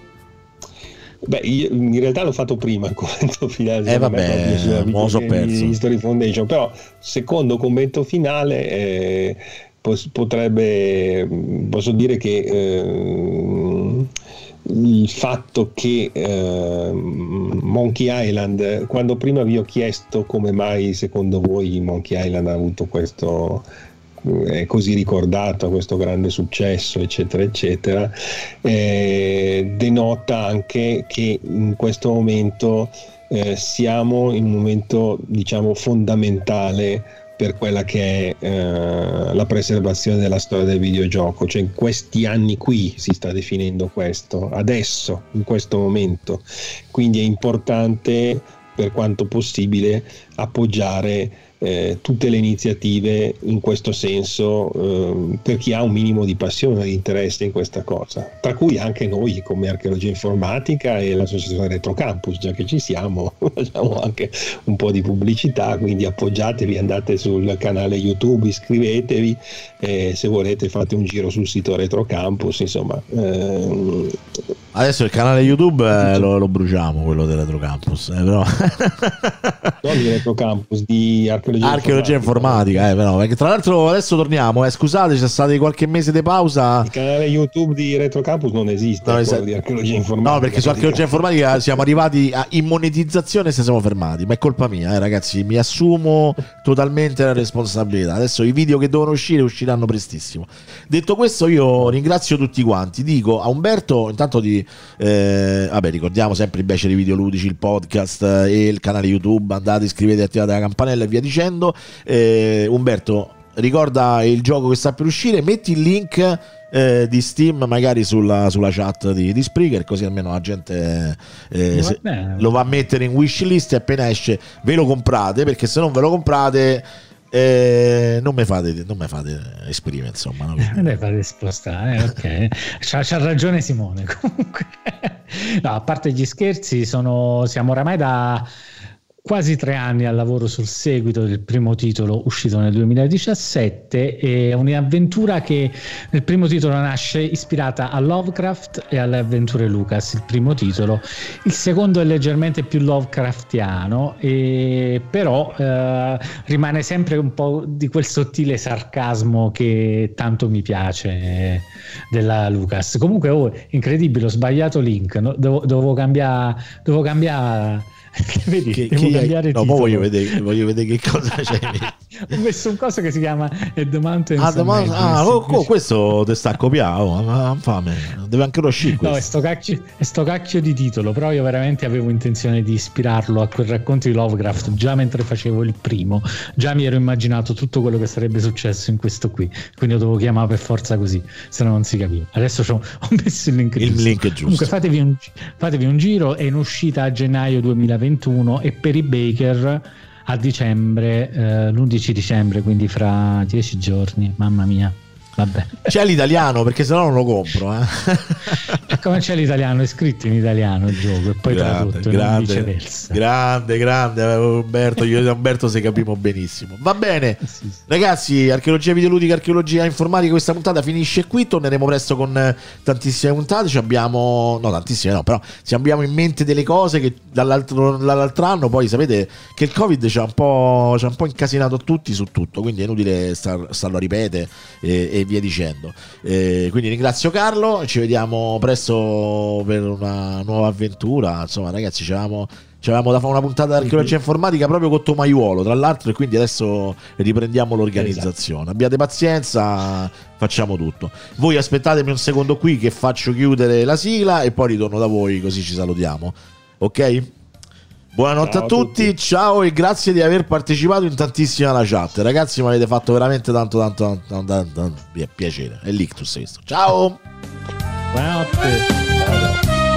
Beh, io in realtà l'ho fatto prima il commento finale. Eh vabbè, me lo so perso. History Foundation, però secondo commento finale eh, potrebbe, posso dire che eh, il fatto che eh, Monkey Island, quando prima vi ho chiesto come mai secondo voi Monkey Island ha avuto questo, è così ricordato, questo grande successo eccetera eccetera, eh, denota anche che in questo momento eh, siamo in un momento diciamo fondamentale per quella che è eh, la preservazione della storia del videogioco, cioè in questi anni qui si sta definendo questo, adesso, in questo momento, quindi è importante per quanto possibile appoggiare eh, tutte le iniziative in questo senso eh, per chi ha un minimo di passione e di interesse in questa cosa, tra cui anche noi come Archeologia Informatica e l'associazione Retro Campus, già che ci siamo facciamo anche un po' di pubblicità, quindi appoggiatevi, andate sul canale YouTube, iscrivetevi e se volete fate un giro sul sito Retro Campus, insomma ehm, adesso il canale YouTube eh, lo, lo bruciamo, quello del Retro Campus, eh, però non di Retro Campus, di Archeologia, Archeologia Informatica, eh, però, perché tra l'altro adesso torniamo, eh, scusate, c'è stato qualche mese di pausa. Il canale YouTube di Retro Campus non esiste, no, es- di Archeologia Informatica. No, perché su Archeologia Informatica siamo arrivati a in monetizzazione e se siamo fermati, ma è colpa mia, eh, ragazzi, mi assumo totalmente la responsabilità. Adesso i video che devono uscire usciranno prestissimo. Detto questo, io ringrazio tutti quanti, dico a Umberto intanto di eh, vabbè, ricordiamo sempre i Beceri Videoludici, il podcast eh, e il canale YouTube, andate, iscrivetevi, attivate la campanella e via dicendo. eh, Umberto, ricorda il gioco che sta per uscire, metti il link eh, di Steam magari sulla, sulla chat di, di Spreaker, così almeno la gente eh, se, lo va a mettere in wishlist e appena esce ve lo comprate, perché se non ve lo comprate Eh, non mi fate, non mi fate esprimere, insomma, no? Ne fate spostare, ok. C'ha, c'ha ragione Simone. Comunque, no, a parte gli scherzi, sono, siamo oramai da quasi tre anni al lavoro sul seguito del primo titolo uscito nel duemiladiciassette. È un'avventura che nel primo titolo nasce ispirata a Lovecraft e alle avventure Lucas, il primo titolo. Il secondo è leggermente più Lovecraftiano, e però eh, rimane sempre un po' di quel sottile sarcasmo che tanto mi piace eh, della Lucas. Comunque, oh, incredibile, ho sbagliato link, no? Devo, devo cambiare devo cambiare vedi, che, devo che cambiare hai... no, titolo. voglio vedere, voglio vedere che cosa c'è. Ho messo un coso che si chiama The Mountains ah, the of Mount... Madness. ah oh, oh, questo te sta copiato, oh, ma fame, deve anche uscire questo. No, è sto, cacchio, è sto cacchio di titolo, però io veramente avevo intenzione di ispirarlo a quel racconto di Lovecraft già mentre facevo il primo, già mi ero immaginato tutto quello che sarebbe successo in questo qui, quindi lo dovevo chiamare per forza così, se no non si capiva. Adesso ho messo il link il giusto. link è giusto. Comunque fatevi un, fatevi un giro, è in uscita a gennaio duemilaventuno e per i Baker a dicembre, eh, l'undici dicembre, quindi fra dieci giorni. Mamma mia, vabbè. C'è l'italiano, perché sennò non lo compro, eh. E come c'è l'italiano? È scritto in italiano il gioco e poi grande, tradotto, grande, non viceversa. grande, grande Umberto, io e Umberto se capimo benissimo. Va bene, Sì, sì. ragazzi, archeologia videoludica, archeologia informatica, questa puntata finisce qui, torneremo presto con eh, tantissime puntate, ci abbiamo, no tantissime no, però ci abbiamo in mente delle cose che dall'altro, dall'altro anno, poi sapete che il Covid ci ha un po', ci ha un po' incasinato tutti su tutto, quindi è inutile star, starlo a ripetere e, e via dicendo. Eh, quindi ringrazio Carlo, ci vediamo presto per una nuova avventura. Insomma, ragazzi, c'avevamo, c'avevamo da fare una puntata di archeologia informatica proprio con Tomaiuolo, tra l'altro, e quindi adesso riprendiamo l'organizzazione. Esatto. Abbiate pazienza, facciamo tutto. Voi aspettatemi un secondo qui che faccio chiudere la sigla e poi ritorno da voi, così ci salutiamo. Ok? Buonanotte ciao a tutti, tutti, ciao e grazie di aver partecipato in tantissima la chat. Ragazzi, mi avete fatto veramente tanto tanto tanto, tanto, tanto, tanto piacere. È l'ictus questo. Ciao! Buonanotte.